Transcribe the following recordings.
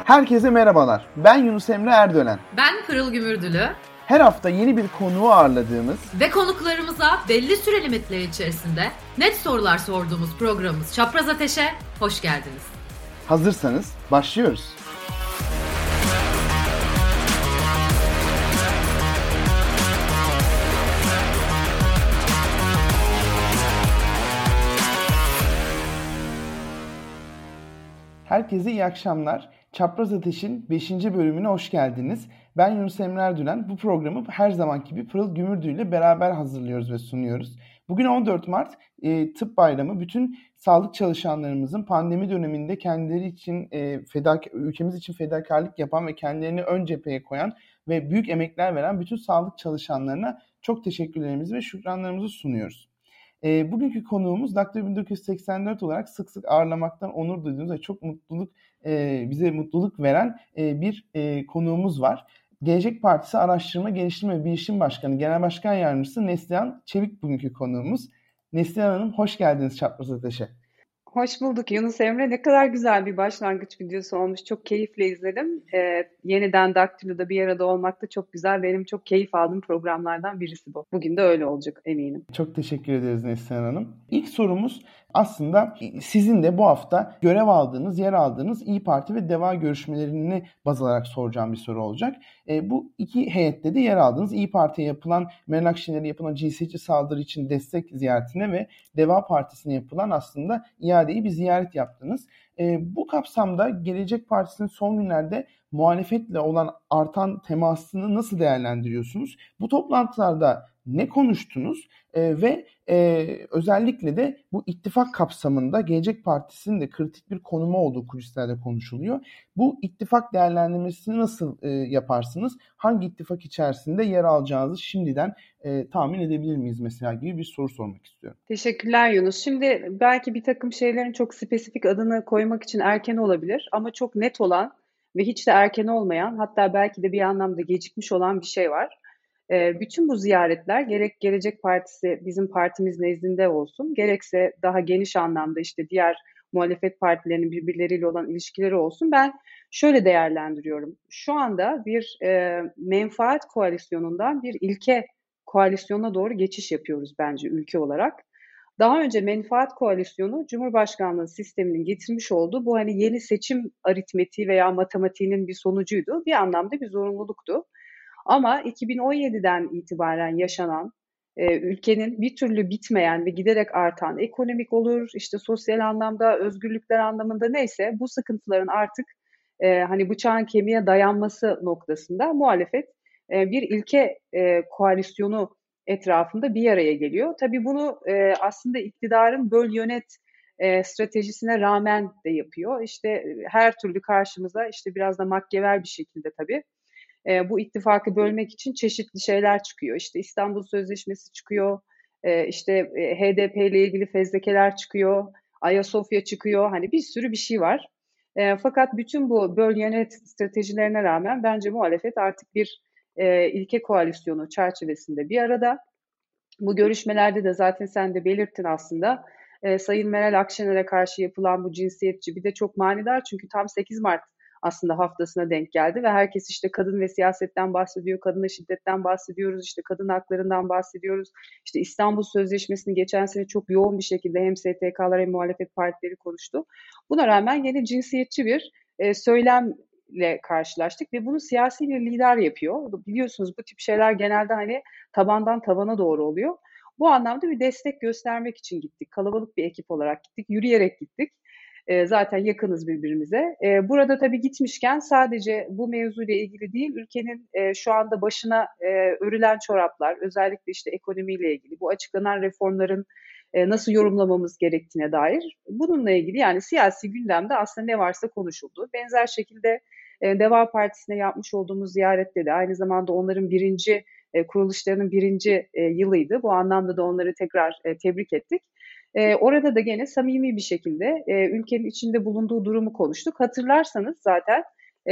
Herkese merhabalar. Ben Yunus Emre Erdönen. Ben Pırıl Gümürdülü. Her hafta yeni bir konuğu ağırladığımız ve konuklarımıza belli süre limitleri içerisinde net sorular sorduğumuz programımız Çapraz Ateş'e hoş geldiniz. Hazırsanız başlıyoruz. Herkese iyi akşamlar. Çapraz Ateş'in 5. bölümüne hoş geldiniz. Ben Yunus Emre Erdönen. Bu programı her zamanki gibi Pırıl Gümürdü ile beraber hazırlıyoruz ve sunuyoruz. Bugün 14 Mart Tıp Bayramı. Bütün sağlık çalışanlarımızın pandemi döneminde kendileri için ülkemiz için fedakarlık yapan ve kendilerini ön cepheye koyan ve büyük emekler veren bütün sağlık çalışanlarına çok teşekkürlerimizi ve şükranlarımızı sunuyoruz. Bugünkü konuğumuz Daktilo 1984 olarak sık sık ağırlamaktan onur duyduğumuz ve çok bize mutluluk veren bir konuğumuz var. Gelecek Partisi Araştırma, Geliştirme ve Bilişim Başkanı, Genel Başkan Yardımcısı Neslihan Çevik bugünkü konuğumuz. Neslihan Hanım hoş geldiniz Çapraz Ateş'e. Hoş bulduk Yunus Emre. Ne kadar güzel bir başlangıç videosu olmuş. Çok keyifle izledim. Yeniden Daktilo'da bir arada olmak da çok güzel. Benim çok keyif aldığım programlardan birisi bu. Bugün de öyle olacak eminim. Çok teşekkür ederiz Neslihan Hanım. İlk sorumuz aslında sizin de bu hafta görev aldığınız, yer aldığınız İYİ Parti ve DEVA görüşmelerini baz alarak soracağım bir soru olacak. Bu iki heyette de yer aldınız. İYİ Parti'ye yapılan, Meral Akşener'e yapılan cinsiyetçi saldırı için destek ziyaretine ve DEVA Partisi'ne yapılan aslında iadeyi bir ziyaret yaptınız. Bu kapsamda Gelecek Partisi'nin son günlerde muhalefetle olan artan temasını nasıl değerlendiriyorsunuz? Bu toplantılarda ne konuştunuz ve özellikle de bu ittifak kapsamında Gelecek Partisi'nin de kritik bir konumu olduğu kulislerde konuşuluyor. Bu ittifak değerlendirmesini nasıl yaparsınız? Hangi ittifak içerisinde yer alacağınızı şimdiden tahmin edebilir miyiz mesela gibi bir soru sormak istiyorum. Teşekkürler Yunus. Şimdi belki bir takım şeylerin çok spesifik adını koymak için erken olabilir ama çok net olan ve hiç de erken olmayan, hatta belki de bir anlamda gecikmiş olan bir şey var. Bütün bu ziyaretler gerek Gelecek Partisi bizim partimiz nezdinde olsun, gerekse daha geniş anlamda işte diğer muhalefet partilerinin birbirleriyle olan ilişkileri olsun, ben şöyle değerlendiriyorum. Şu anda bir menfaat koalisyonundan bir ilke koalisyona doğru geçiş yapıyoruz bence ülke olarak. Daha önce menfaat koalisyonu Cumhurbaşkanlığı sisteminin getirmiş olduğu bu hani yeni seçim aritmetiği veya matematiğinin bir sonucuydu. Bir anlamda bir zorunluluktu. Ama 2017'den itibaren yaşanan ülkenin bir türlü bitmeyen ve giderek artan ekonomik olur, işte sosyal anlamda, özgürlükler anlamında neyse bu sıkıntıların artık hani bıçağın kemiğe dayanması noktasında muhalefet bir ilke koalisyonu etrafında bir araya geliyor. Tabii bunu aslında iktidarın böl yönet stratejisine rağmen de yapıyor. İşte her türlü karşımıza işte biraz da makyavel bir şekilde tabii bu ittifakı bölmek için çeşitli şeyler çıkıyor. İşte İstanbul Sözleşmesi çıkıyor, işte HDP ile ilgili fezlekeler çıkıyor, Ayasofya çıkıyor. Hani bir sürü bir şey var. Fakat bütün bu böl yönet stratejilerine rağmen bence muhalefet artık bir ilke koalisyonu çerçevesinde bir arada. Bu görüşmelerde de zaten sen de belirttin aslında. Sayın Meral Akşener'e karşı yapılan bu cinsiyetçi bir de çok manidar çünkü tam 8 Mart aslında haftasına denk geldi ve herkes işte kadın ve siyasetten bahsediyor, kadına şiddetten bahsediyoruz, işte kadın haklarından bahsediyoruz. İşte İstanbul Sözleşmesi'ni geçen sene çok yoğun bir şekilde hem STK'lar hem muhalefet partileri konuştu. Buna rağmen yine cinsiyetçi bir söylemle karşılaştık ve bunu siyasi bir lider yapıyor. Biliyorsunuz bu tip şeyler genelde hani tabandan tabana doğru oluyor. Bu anlamda bir destek göstermek için gittik. Kalabalık bir ekip olarak gittik, yürüyerek gittik. Zaten yakınız birbirimize. Burada tabii gitmişken sadece bu mevzuyla ilgili değil, ülkenin şu anda başına örülen çoraplar, özellikle işte ekonomiyle ilgili, bu açıklanan reformların nasıl yorumlamamız gerektiğine dair bununla ilgili yani siyasi gündemde aslında ne varsa konuşuldu. Benzer şekilde DEVA Partisi'ne yapmış olduğumuz ziyarette de aynı zamanda onların kuruluşlarının birinci yılıydı. Bu anlamda da onları tekrar tebrik ettik. Orada da gene samimi bir şekilde ülkenin içinde bulunduğu durumu konuştuk. Hatırlarsanız zaten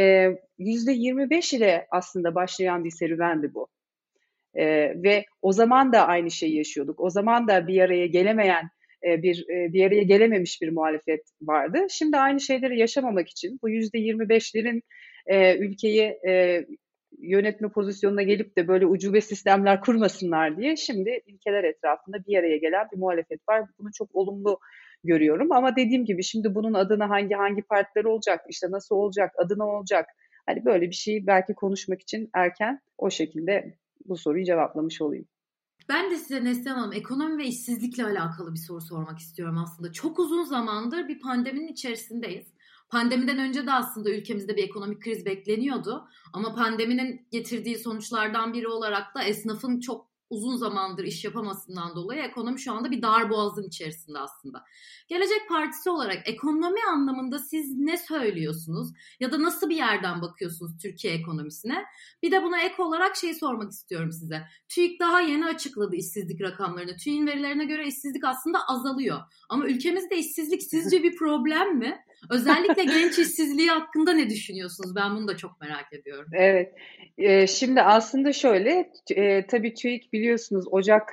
%25 ile aslında başlayan bir serüvendi bu. Ve o zaman da aynı şeyi yaşıyorduk. O zaman da bir araya gelemeyen bir araya gelememiş bir muhalefet vardı. Şimdi aynı şeyleri yaşamamak için bu %25'lerin ülkeyi yönetme pozisyonuna gelip de böyle ucube sistemler kurmasınlar diye şimdi ilkeler etrafında bir araya gelen bir muhalefet var. Bunu çok olumlu görüyorum ama dediğim gibi şimdi bunun adına hangi partiler olacak, işte nasıl olacak, adı ne olacak? Hani böyle bir şey belki konuşmak için erken, o şekilde bu soruyu cevaplamış olayım. Ben de size Neslihan Hanım ekonomi ve işsizlikle alakalı bir soru sormak istiyorum aslında. Çok uzun zamandır bir pandeminin içerisindeyiz. Pandemiden önce de aslında ülkemizde bir ekonomik kriz bekleniyordu. Ama pandeminin getirdiği sonuçlardan biri olarak da esnafın çok uzun zamandır iş yapamasından dolayı ekonomi şu anda bir darboğazın içerisinde aslında. Gelecek Partisi olarak ekonomi anlamında siz ne söylüyorsunuz? Ya da nasıl bir yerden bakıyorsunuz Türkiye ekonomisine? Bir de buna ek olarak sormak istiyorum size. TÜİK daha yeni açıkladı işsizlik rakamlarını. TÜİK'in verilerine göre işsizlik aslında azalıyor. Ama ülkemizde işsizlik sizce bir problem mi? Özellikle genç işsizliği hakkında ne düşünüyorsunuz? Ben bunu da çok merak ediyorum. Evet, şimdi aslında şöyle, tabii TÜİK biliyorsunuz Ocak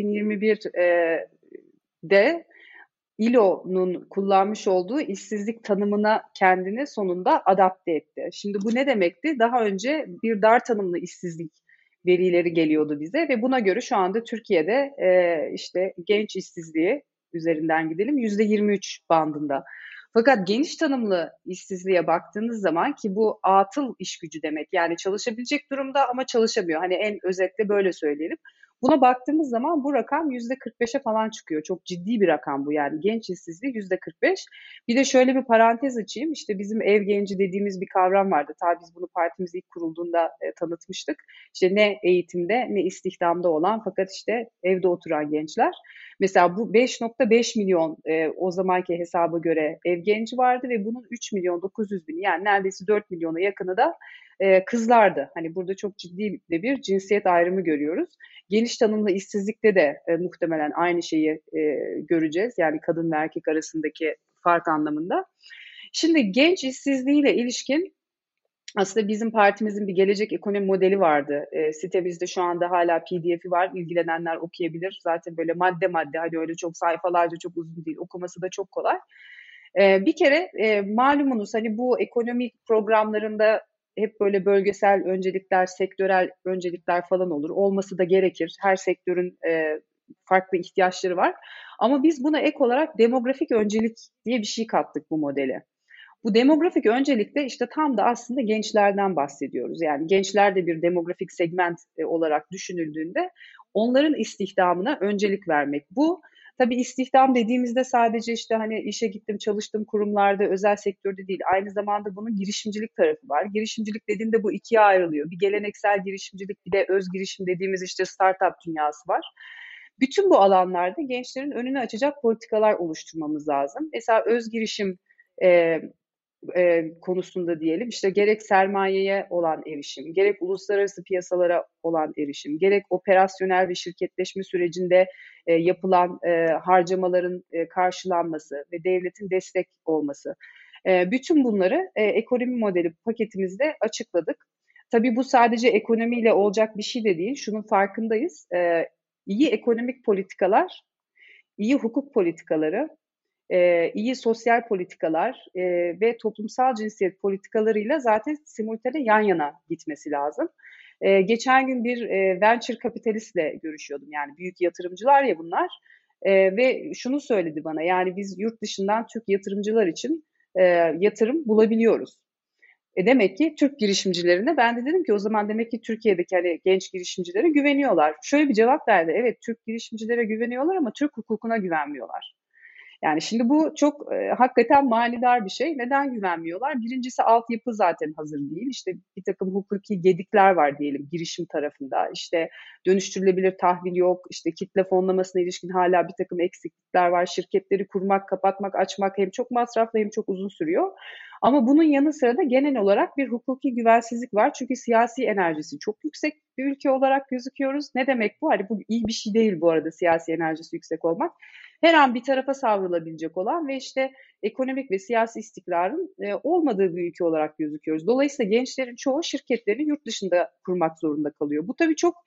2021'de İLO'nun kullanmış olduğu işsizlik tanımına kendini sonunda adapte etti. Şimdi bu ne demekti? Daha önce bir dar tanımlı işsizlik verileri geliyordu bize ve buna göre şu anda Türkiye'de işte genç işsizliği üzerinden gidelim %23 bandında. Fakat geniş tanımlı işsizliğe baktığınız zaman ki bu atıl iş gücü demek, yani çalışabilecek durumda ama çalışamıyor. Hani en özetle böyle söyleyelim. Buna baktığımız zaman bu rakam %45'e falan çıkıyor. Çok ciddi bir rakam bu, yani genç işsizliği %45. Bir de şöyle bir parantez açayım. İşte bizim ev genci dediğimiz bir kavram vardı. Ta biz bunu partimiz ilk kurulduğunda tanıtmıştık. İşte ne eğitimde ne istihdamda olan fakat işte evde oturan gençler. Mesela bu 5,5 milyon o zamanki hesaba göre ev genci vardı ve bunun 3 milyon 900 bini, yani neredeyse 4 milyona yakını da kızlardı. Hani burada çok ciddi de bir cinsiyet ayrımı görüyoruz. Geniş tanımlı işsizlikte de muhtemelen aynı şeyi göreceğiz. Yani kadın ve erkek arasındaki fark anlamında. Şimdi genç işsizliğiyle ilişkin aslında bizim partimizin bir gelecek ekonomi modeli vardı. Sitemizde şu anda hala PDF'i var. İlgilenenler okuyabilir. Zaten böyle madde madde, hani öyle çok sayfalarca çok uzun değil. Okuması da çok kolay. Bir kere malumunuz hani bu ekonomik programlarında hep böyle bölgesel öncelikler, sektörel öncelikler falan olur. Olması da gerekir. Her sektörün farklı ihtiyaçları var. Ama biz buna ek olarak demografik öncelik diye bir şey kattık bu modele. Bu demografik öncelikte işte tam da aslında gençlerden bahsediyoruz. Yani gençler de bir demografik segment olarak düşünüldüğünde onların istihdamına öncelik vermek. Bu tabii istihdam dediğimizde sadece işte hani işe gittim, çalıştım kurumlarda, özel sektörde değil. Aynı zamanda bunun girişimcilik tarafı var. Girişimcilik dediğinde bu ikiye ayrılıyor. Bir geleneksel girişimcilik, bir de öz girişim dediğimiz işte startup dünyası var. Bütün bu alanlarda gençlerin önünü açacak politikalar oluşturmamız lazım. Mesela öz girişim konusunda diyelim, işte gerek sermayeye olan erişim, gerek uluslararası piyasalara olan erişim, gerek operasyonel ve şirketleşme sürecinde yapılan harcamaların karşılanması ve devletin destek olması. Bütün bunları ekonomi modeli paketimizde açıkladık. Tabii bu sadece ekonomiyle olacak bir şey de değil. Şunun farkındayız. İyi ekonomik politikalar, iyi hukuk politikaları, iyi sosyal politikalar ve toplumsal cinsiyet politikalarıyla zaten simultane yan yana gitmesi lazım. Geçen gün bir venture kapitalistle görüşüyordum, yani büyük yatırımcılar ya bunlar, ve şunu söyledi bana, yani biz yurt dışından Türk yatırımcılar için yatırım bulabiliyoruz. Demek ki Türk girişimcilerine, ben de dedim ki o zaman demek ki Türkiye'deki hani genç girişimcilere güveniyorlar. Şöyle bir cevap verdi, evet Türk girişimcilere güveniyorlar ama Türk hukukuna güvenmiyorlar. Yani şimdi bu çok hakikaten manidar bir şey. Neden güvenmiyorlar? Birincisi altyapı zaten hazır değil. İşte bir takım hukuki gedikler var diyelim girişim tarafında. İşte dönüştürülebilir tahvil yok. İşte kitle fonlamasına ilişkin hala bir takım eksiklikler var. Şirketleri kurmak, kapatmak, açmak hem çok masraflı hem çok uzun sürüyor. Ama bunun yanı sıra da genel olarak bir hukuki güvensizlik var. Çünkü siyasi enerjisi çok yüksek bir ülke olarak gözüküyoruz. Ne demek bu? Hani bu iyi bir şey değil bu arada, siyasi enerjisi yüksek olmak. Her an bir tarafa savrulabilecek olan ve işte ekonomik ve siyasi istikrarın olmadığı bir ülke olarak gözüküyoruz. Dolayısıyla gençlerin çoğu şirketlerini yurt dışında kurmak zorunda kalıyor. Bu tabii çok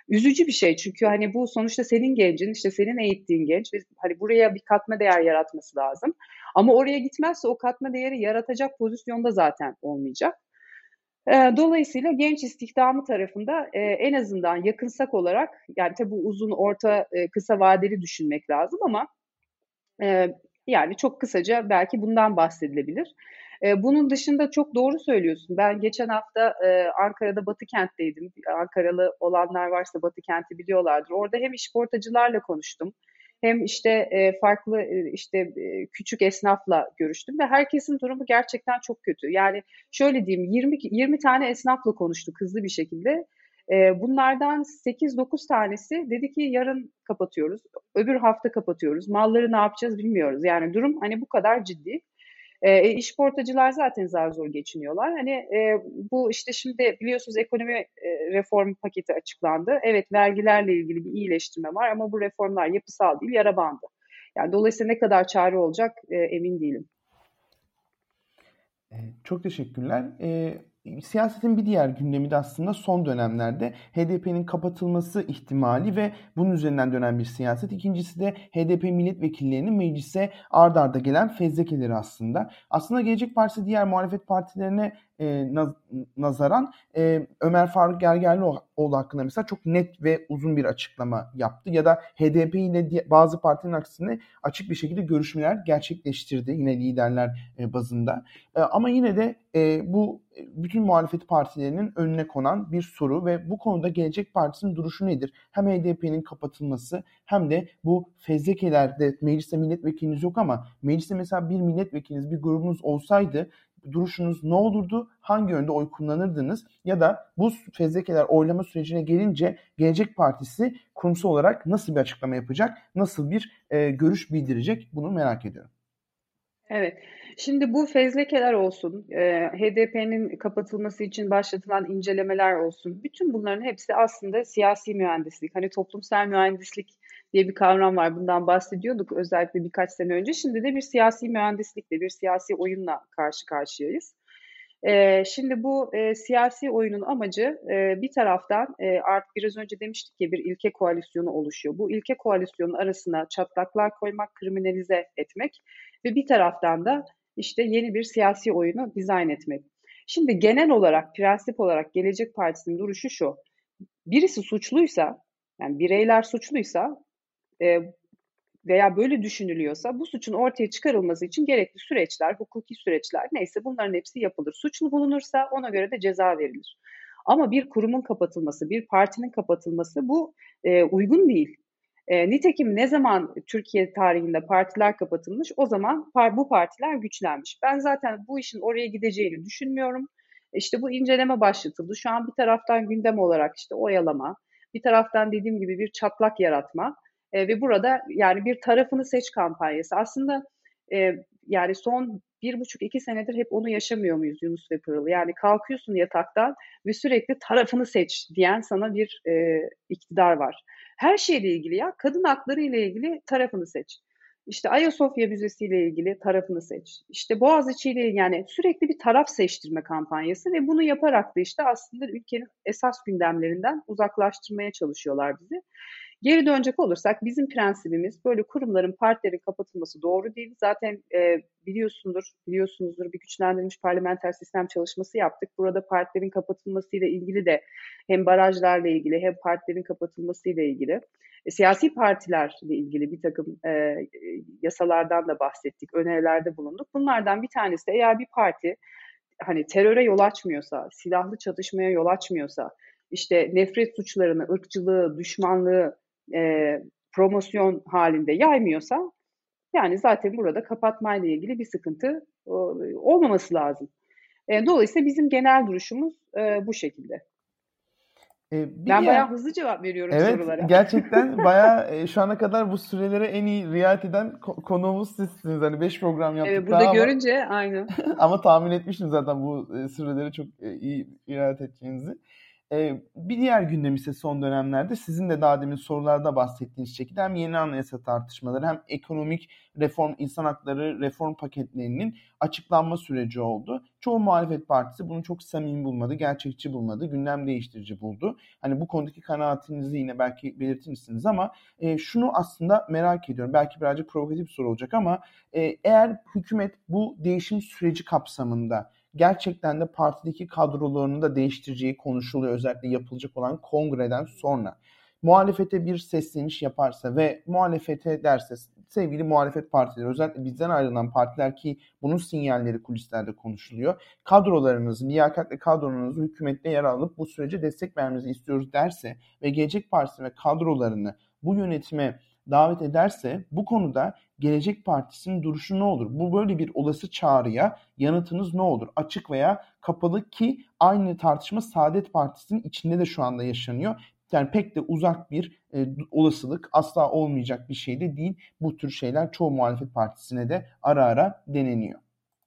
üzücü bir şey. Çünkü hani bu sonuçta senin gencin, işte senin eğittiğin genç ve hani buraya bir katma değer yaratması lazım. Ama oraya gitmezse o katma değeri yaratacak pozisyonda zaten olmayacak. Dolayısıyla genç istihdamı tarafında en azından yakınsak olarak, yani tabii uzun, orta, kısa vadeli düşünmek lazım ama yani çok kısaca belki bundan bahsedilebilir. Bunun dışında çok doğru söylüyorsun. Ben geçen hafta Ankara'da Batıkent'teydim. Ankaralı olanlar varsa Batıkent'i biliyorlardır. Orada hem işportacılarla konuştum, hem işte farklı işte küçük esnafla görüştüm ve herkesin durumu gerçekten çok kötü. Yani şöyle diyeyim, 20 tane esnafla konuştuk hızlı bir şekilde. Bunlardan 8-9 tanesi dedi ki yarın kapatıyoruz, öbür hafta kapatıyoruz. Malları ne yapacağız bilmiyoruz. Yani durum hani bu kadar ciddi. İşportacılar zaten zar zor geçiniyorlar. Hani bu işte şimdi biliyorsunuz ekonomi reform paketi açıklandı. Evet, vergilerle ilgili bir iyileştirme var ama bu reformlar yapısal değil, yara bandı. Yani dolayısıyla ne kadar çare olacak emin değilim. Çok teşekkürler. Siyasetin bir diğer gündemi de aslında son dönemlerde HDP'nin kapatılması ihtimali ve bunun üzerinden dönen bir siyaset. İkincisi de HDP milletvekillerinin meclise ard arda gelen fezlekeleri aslında. Aslında Gelecek Partisi diğer muhalefet partilerine nazaran Ömer Faruk Gergerlioğlu hakkında mesela çok net ve uzun bir açıklama yaptı. Ya da HDP ile bazı partilerin aksine açık bir şekilde görüşmeler gerçekleştirdi yine liderler bazında. Ama yine de bu bütün muhalefet partilerinin önüne konan bir soru ve bu konuda Gelecek Partisi'nin duruşu nedir? Hem HDP'nin kapatılması hem de bu fezlekelerde mecliste milletvekiliniz yok ama mecliste mesela bir milletvekiliniz, bir grubunuz olsaydı duruşunuz ne olurdu? Hangi yönde oy kullanırdınız? Ya da bu fezlekeler oylama sürecine gelince Gelecek Partisi kurumsal olarak nasıl bir açıklama yapacak? Nasıl bir görüş bildirecek? Bunu merak ediyorum. Evet. Şimdi bu fezlekeler olsun, HDP'nin kapatılması için başlatılan incelemeler olsun, bütün bunların hepsi aslında siyasi mühendislik. Hani toplumsal mühendislik diye bir kavram var. Bundan bahsediyorduk özellikle birkaç sene önce. Şimdi de bir siyasi mühendislikle, bir siyasi oyunla karşı karşıyayız. Şimdi bu siyasi oyunun amacı bir taraftan artık biraz önce demiştik ya, bir ilke koalisyonu oluşuyor. Bu ilke koalisyonun arasına çatlaklar koymak, kriminalize etmek ve bir taraftan da işte yeni bir siyasi oyunu dizayn etmek. Şimdi genel olarak, prensip olarak Gelecek Partisi'nin duruşu şu: birisi suçluysa, yani bireyler suçluysa veya böyle düşünülüyorsa bu suçun ortaya çıkarılması için gerekli süreçler, hukuki süreçler neyse bunların hepsi yapılır. Suçlu bulunursa ona göre de ceza verilir. Ama bir kurumun kapatılması, bir partinin kapatılması bu uygun değil. Nitekim ne zaman Türkiye tarihinde partiler kapatılmış, o zaman bu partiler güçlenmiş. Ben zaten bu işin oraya gideceğini düşünmüyorum. İşte bu inceleme başlatıldı. Şu an bir taraftan gündem olarak işte oyalama, bir taraftan dediğim gibi bir çatlak yaratma ve burada yani bir tarafını seç kampanyası. Aslında yani son 1,5-2 senedir hep onu yaşamıyor muyuz Yunus ve Pırıl? Yani kalkıyorsun yataktan ve sürekli tarafını seç diyen sana bir iktidar var. Her şeyle ilgili, ya kadın hakları ile ilgili tarafını seç. İşte Ayasofya Müzesi ile ilgili tarafını seç. İşte Boğaziçi ile ilgili, yani sürekli bir taraf seçtirme kampanyası ve bunu yaparak da işte aslında ülkenin esas gündemlerinden uzaklaştırmaya çalışıyorlar bizi. Geri dönecek olursak bizim prensibimiz böyle kurumların, partilerin kapatılması doğru değil. Zaten biliyorsunuzdur bir güçlendirilmiş parlamenter sistem çalışması yaptık. Burada partilerin kapatılmasıyla ilgili de hem barajlarla ilgili hem partilerin kapatılmasıyla ilgili siyasi partilerle ilgili bir takım yasalardan da bahsettik, önerilerde bulunduk. Bunlardan bir tanesi de eğer bir parti hani teröre yol açmıyorsa, silahlı çatışmaya yol açmıyorsa, işte nefret suçlarını, ırkçılığı, düşmanlığı promosyon halinde yaymıyorsa, yani zaten burada kapatmayla ilgili bir sıkıntı olmaması lazım. Dolayısıyla bizim genel duruşumuz bu şekilde. Ben bayağı hızlı cevap veriyorum sorulara. Evet, gerçekten bayağı şu ana kadar bu sürelere en iyi riayet eden konuğumuz sizsiniz. Hani 5 program yaptık evet, burada görünce aynı. ama tahmin etmiştim zaten bu süreleri çok iyi riayet edeceğinizi. Bir diğer gündem ise son dönemlerde sizin de daha demin sorularda bahsettiğiniz şekilde hem yeni anayasa tartışmaları hem ekonomik reform, insan hakları reform paketlerinin açıklanma süreci oldu. Çoğu muhalefet partisi bunu çok samimi bulmadı, gerçekçi bulmadı, gündem değiştirici buldu. Hani bu konudaki kanaatinizi yine belki belirtirsiniz ama şunu aslında merak ediyorum. Belki birazcık provokatif bir soru olacak ama eğer hükümet bu değişim süreci kapsamında gerçekten de partideki kadrolarını da değiştireceği konuşuluyor. Özellikle yapılacak olan kongreden sonra muhalefete bir sesleniş yaparsa ve muhalefete derse, sevgili muhalefet partileri, özellikle bizden ayrılan partiler ki bunun sinyalleri kulislerde konuşuluyor, kadrolarınızı, liyakatli kadrolarınızı hükümette yer alıp bu sürece destek vermenizi istiyoruz derse ve Gelecek Partisi ve kadrolarını bu yönetime davet ederse bu konuda Gelecek Partisi'nin duruşu ne olur? Bu böyle bir olası çağrıya yanıtınız ne olur? Açık veya kapalı, ki aynı tartışma Saadet Partisi'nin içinde de şu anda yaşanıyor. Yani pek de uzak bir olasılık, asla olmayacak bir şey de değil. Bu tür şeyler çoğu muhalefet partisine de ara ara deneniyor.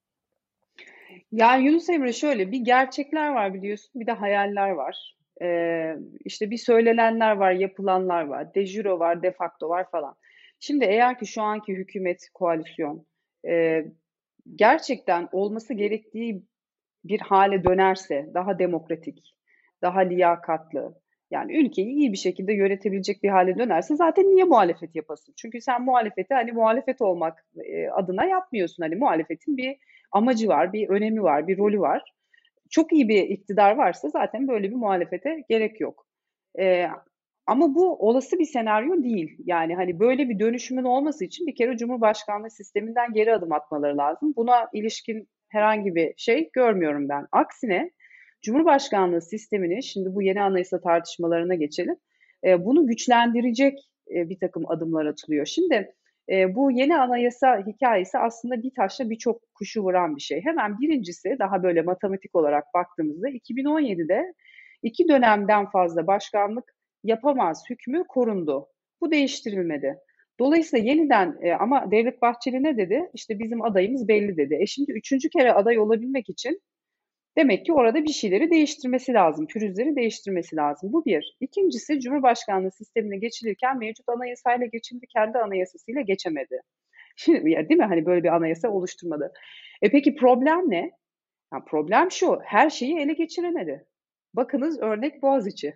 Yani Yunus Emre, şöyle bir gerçekler var biliyorsun, bir de hayaller var. İşte bir söylenenler var, yapılanlar var, de jure var, de facto var falan. Şimdi eğer ki şu anki hükümet, koalisyon e, gerçekten olması gerektiği bir hale dönerse, daha demokratik, daha liyakatlı, yani ülkeyi iyi bir şekilde yönetebilecek bir hale dönerse zaten niye muhalefet yapasın? Çünkü sen muhalefeti hani muhalefet olmak adına yapmıyorsun. Hani muhalefetin bir amacı var, bir önemi var, bir rolü var. Çok iyi bir iktidar varsa zaten böyle bir muhalefete gerek yok. Ee, Ama bu olası bir senaryo değil. Yani hani böyle bir dönüşümün olması için bir kere Cumhurbaşkanlığı sisteminden geri adım atmaları lazım. Buna ilişkin herhangi bir şey görmüyorum ben. Aksine Cumhurbaşkanlığı sistemini, şimdi bu yeni anayasa tartışmalarına geçelim, bunu güçlendirecek bir takım adımlar atılıyor. Şimdi bu yeni anayasa hikayesi aslında bir taşla birçok kuşu vuran bir şey. Hemen birincisi, daha böyle matematik olarak baktığımızda 2017'de 2 dönemden fazla başkanlık yapamaz hükmü korundu. Bu değiştirilmedi. Dolayısıyla yeniden ama Devlet Bahçeli ne dedi? İşte bizim adayımız belli dedi. Şimdi 3. kere aday olabilmek için demek ki orada bir şeyleri değiştirmesi lazım, pürüzleri değiştirmesi lazım. Bu bir. İkincisi, Cumhurbaşkanlığı sistemine geçilirken mevcut anayasayla geçildi, kendi anayasasıyla geçemedi. Şimdi ya, değil mi? Hani böyle bir anayasa oluşturmadı. Peki problem ne? Ya problem şu, her şeyi ele geçiremedi. Bakınız örnek Boğaziçi.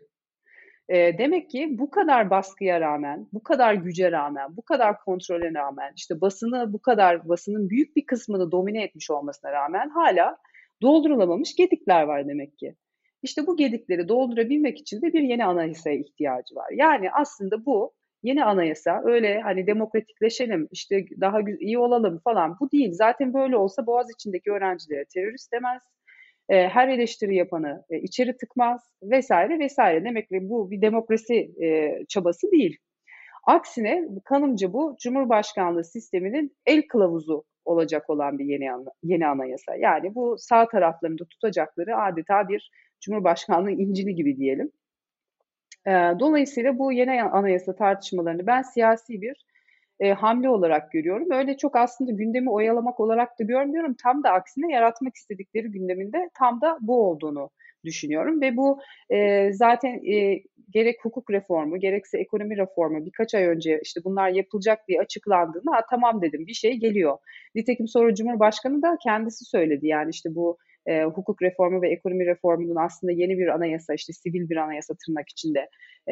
Demek ki bu kadar baskıya rağmen, bu kadar güce rağmen, bu kadar kontrole rağmen, işte basının büyük bir kısmını domine etmiş olmasına rağmen hala doldurulamamış gedikler var demek ki. İşte bu gedikleri doldurabilmek için de bir yeni anayasaya ihtiyacı var. Yani aslında bu yeni anayasa öyle hani demokratikleşelim, işte daha iyi olalım falan, bu değil. Zaten böyle olsa Boğaziçi'ndeki öğrencilere terörist demez, her eleştiri yapanı içeri tıkmaz vesaire vesaire. Demek ki bu bir demokrasi çabası değil. Aksine kanımca bu Cumhurbaşkanlığı sisteminin el kılavuzu olacak olan bir yeni anayasa. Yani bu sağ taraflarında tutacakları adeta bir Cumhurbaşkanlığı İncil'i gibi diyelim. Dolayısıyla bu yeni anayasa tartışmalarını ben siyasi bir hamle olarak görüyorum. Öyle çok aslında gündemi oyalamak olarak da görmüyorum. Tam da aksine yaratmak istedikleri gündeminde tam da bu olduğunu düşünüyorum. Ve bu zaten gerek hukuk reformu gerekse ekonomi reformu birkaç ay önce işte bunlar yapılacak diye açıklandığında tamam dedim, bir şey geliyor. Nitekim sonra Cumhurbaşkanı da kendisi söyledi, yani işte bu hukuk reformu ve ekonomi reformunun aslında yeni bir anayasa, işte sivil bir anayasa tırnak içinde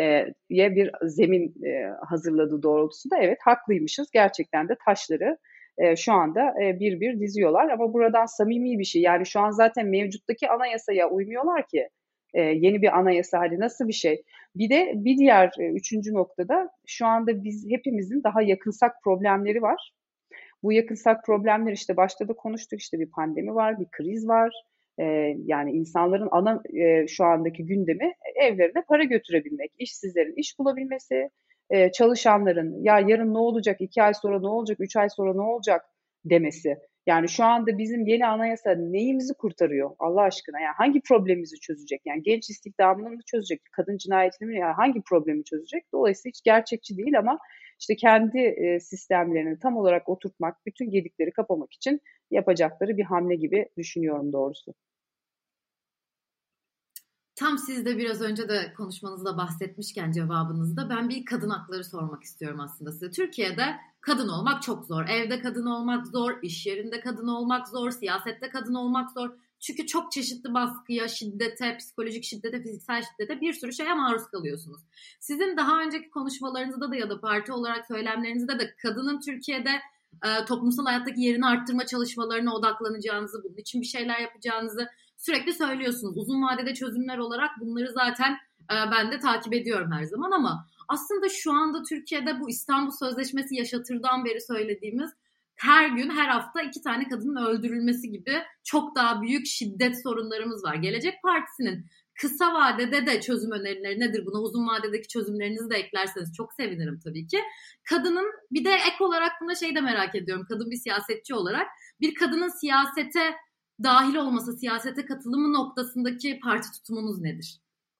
bir zemin hazırladığı doğrultusunda evet haklıymışız. Gerçekten de taşları şu anda bir bir diziyorlar ama buradan samimi bir şey. Yani şu an zaten mevcuttaki anayasaya uymuyorlar ki. Yeni bir anayasa hali nasıl bir şey? Bir de bir diğer üçüncü noktada şu anda biz hepimizin daha yakınsak problemleri var. Bu yakınsak problemler, işte başta da konuştuk, işte bir pandemi var, bir kriz var. Yani insanların ana şu andaki gündemi evlerine para götürebilmek, işsizlerin iş bulabilmesi, çalışanların ya yarın ne olacak, 2 ay sonra ne olacak, 3 ay sonra ne olacak demesi. Yani şu anda bizim yeni anayasa neyimizi kurtarıyor Allah aşkına? Yani hangi problemimizi çözecek? Yani genç istihdamını mı çözecek, kadın cinayetini mi, yani hangi problemi çözecek? Dolayısıyla hiç gerçekçi değil ama işte kendi sistemlerini tam olarak oturtmak, bütün gedikleri kapamak için yapacakları bir hamle gibi düşünüyorum doğrusu. Tam siz de biraz önce de konuşmanızda bahsetmişken cevabınızda ben bir kadın hakları sormak istiyorum aslında size. Türkiye'de kadın olmak çok zor. Evde kadın olmak zor, iş yerinde kadın olmak zor, siyasette kadın olmak zor. Çünkü çok çeşitli baskıya, şiddete, psikolojik şiddete, fiziksel şiddete bir sürü şeye maruz kalıyorsunuz. Sizin daha önceki konuşmalarınızda da ya da parti olarak söylemlerinizde de kadının Türkiye'de toplumsal hayattaki yerini arttırma çalışmalarına odaklanacağınızı, bunun için bir şeyler yapacağınızı sürekli söylüyorsunuz. Uzun vadede çözümler olarak bunları zaten ben de takip ediyorum her zaman ama aslında şu anda Türkiye'de bu İstanbul Sözleşmesi yaşatırdan beri söylediğimiz her gün her hafta 2 tane kadının öldürülmesi gibi çok daha büyük şiddet sorunlarımız var. Gelecek Partisi'nin kısa vadede de çözüm önerileri nedir? Buna uzun vadedeki çözümlerinizi de eklerseniz çok sevinirim tabii ki. Kadının bir de ek olarak buna şey de merak ediyorum. Kadın bir siyasetçi olarak bir kadının siyasete dahil olması, siyasete katılımı noktasındaki parti tutumunuz nedir?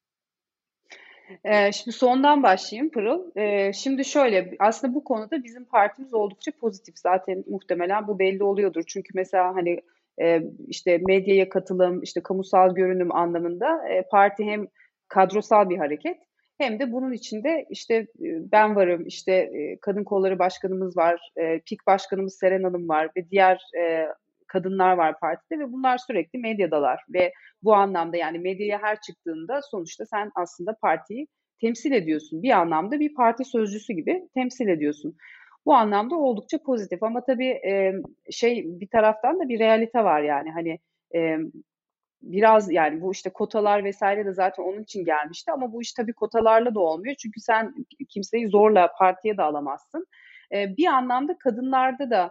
Şimdi sondan başlayayım Pırıl. Şimdi şöyle, aslında bu konuda bizim partimiz oldukça pozitif. Zaten muhtemelen bu belli oluyordur. Çünkü mesela hani işte medyaya katılım, işte kamusal görünüm anlamında parti hem kadrosal bir hareket hem de bunun içinde işte ben varım, işte Kadın Kolları Başkanımız var, PİK Başkanımız Seren Hanım var ve diğer kadınlar var partide ve bunlar sürekli medyadalar ve bu anlamda yani medyaya her çıktığında sonuçta sen aslında partiyi temsil ediyorsun. Bir anlamda bir parti sözcüsü gibi temsil ediyorsun. Bu anlamda oldukça pozitif ama tabii bir taraftan da bir realite var yani hani biraz yani bu işte kotalar vesaire de zaten onun için gelmişti ama bu iş tabii kotalarla da olmuyor. Çünkü sen kimseyi zorla partiye de alamazsın. Bir anlamda kadınlarda da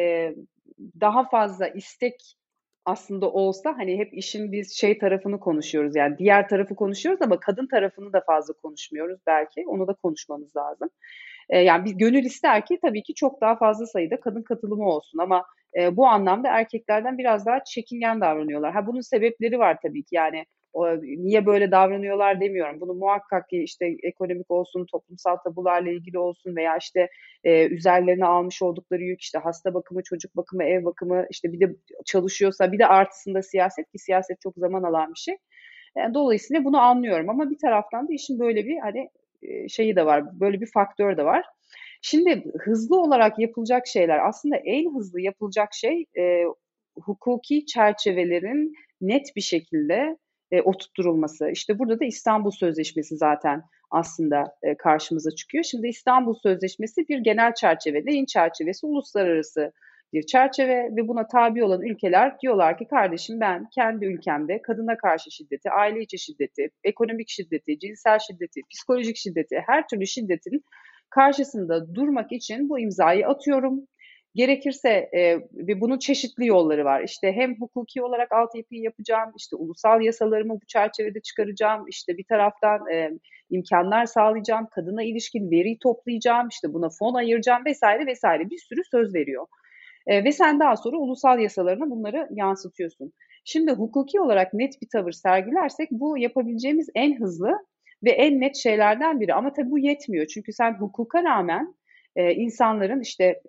daha fazla istek aslında olsa hani hep işin biz şey tarafını konuşuyoruz yani diğer tarafı konuşuyoruz ama kadın tarafını da fazla konuşmuyoruz belki. Onu da konuşmamız lazım. Yani biz gönül ister ki tabii ki çok daha fazla sayıda kadın katılımı olsun ama bu anlamda erkeklerden biraz daha çekingen davranıyorlar. Ha bunun sebepleri var tabii ki yani niye böyle davranıyorlar demiyorum. Bunu muhakkak ki işte ekonomik olsun, toplumsal tabularla ilgili olsun veya işte üzerlerine almış oldukları yük işte hasta bakımı, çocuk bakımı, ev bakımı işte bir de çalışıyorsa bir de artısında siyaset ki siyaset çok zaman alan bir şey. Yani dolayısıyla bunu anlıyorum ama bir taraftan da işin böyle bir hani şeyi de var, böyle bir faktör de var. Şimdi hızlı olarak yapılacak şeyler aslında en hızlı yapılacak şey hukuki çerçevelerin net bir şekilde oturtturulması. İşte burada da İstanbul Sözleşmesi zaten aslında karşımıza çıkıyor. Şimdi İstanbul Sözleşmesi bir genel çerçeve, neyin çerçevesi? Uluslararası bir çerçeve ve buna tabi olan ülkeler diyorlar ki kardeşim ben kendi ülkemde kadına karşı şiddeti, aile içi şiddeti, ekonomik şiddeti, cinsel şiddeti, psikolojik şiddeti, her türlü şiddetin karşısında durmak için bu imzayı atıyorum. Gerekirse ve bunun çeşitli yolları var. İşte hem hukuki olarak altyapıyı yapacağım, işte ulusal yasalarımı bu çerçevede çıkaracağım, işte bir taraftan imkanlar sağlayacağım, kadına ilişkin veriyi toplayacağım, işte buna fon ayıracağım vesaire vesaire bir sürü söz veriyor. Ve sen daha sonra ulusal yasalarına bunları yansıtıyorsun. Şimdi hukuki olarak net bir tavır sergilersek bu yapabileceğimiz en hızlı ve en net şeylerden biri. Ama tabii bu yetmiyor. Çünkü sen hukuka rağmen insanların işte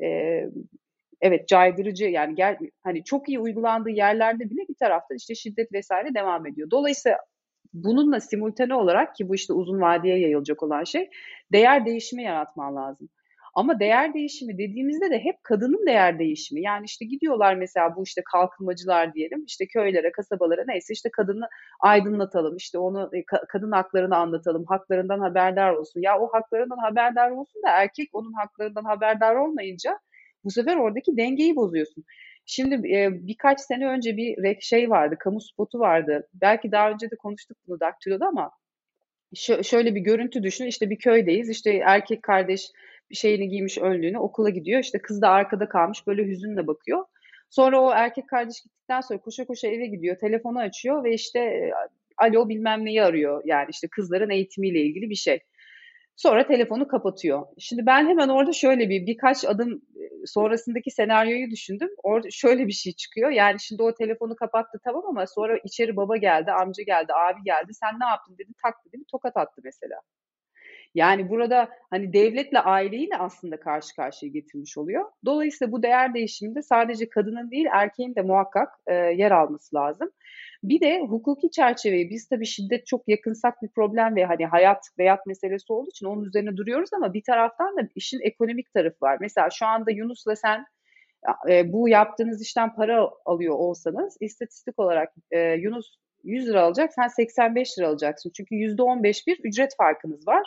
evet caydırıcı yani hani çok iyi uygulandığı yerlerde bile bir taraftan işte şiddet vesaire devam ediyor. Dolayısıyla bununla simultane olarak ki bu işte uzun vadeye yayılacak olan şey değer değişimi yaratman lazım. Ama değer değişimi dediğimizde de hep kadının değer değişimi. Yani işte gidiyorlar mesela bu işte kalkınmacılar diyelim işte köylere, kasabalara neyse işte kadını aydınlatalım. İşte onu kadın haklarını anlatalım. Haklarından haberdar olsun. Ya o haklarından haberdar olsun da erkek onun haklarından haberdar olmayınca bu sefer oradaki dengeyi bozuyorsun. Şimdi birkaç sene önce bir şey vardı, kamu spotu vardı. Belki daha önce de konuştuk bunu Daktilo'da ama şöyle bir görüntü düşünün. İşte bir köydeyiz. İşte erkek kardeş bir şeyini giymiş önlüğünü okula gidiyor. İşte kız da arkada kalmış böyle hüzünle bakıyor. Sonra o erkek kardeş gittikten sonra koşa koşa eve gidiyor. Telefonu açıyor ve işte alo bilmem neyi arıyor. Yani işte kızların eğitimiyle ilgili bir şey. Sonra telefonu kapatıyor. Şimdi ben hemen orada şöyle birkaç adım sonrasındaki senaryoyu düşündüm. Orada şöyle bir şey çıkıyor. Yani şimdi o telefonu kapattı tamam ama sonra içeri baba geldi, amca geldi, abi geldi. Sen ne yaptın dedi, tak dedi, bir tokat attı mesela. Yani burada hani devletle aileyi de aslında karşı karşıya getirmiş oluyor. Dolayısıyla bu değer değişiminde sadece kadının değil erkeğin de muhakkak yer alması lazım. Bir de hukuki çerçeveyi biz tabii şiddet çok yakınsak bir problem ve hani hayat meselesi olduğu için onun üzerine duruyoruz ama bir taraftan da işin ekonomik tarafı var. Mesela şu anda Yunus'la sen bu yaptığınız işten para alıyor olsanız istatistik olarak Yunus 100 lira alacak, sen 85 lira alacaksın. Çünkü %15 bir ücret farkınız var.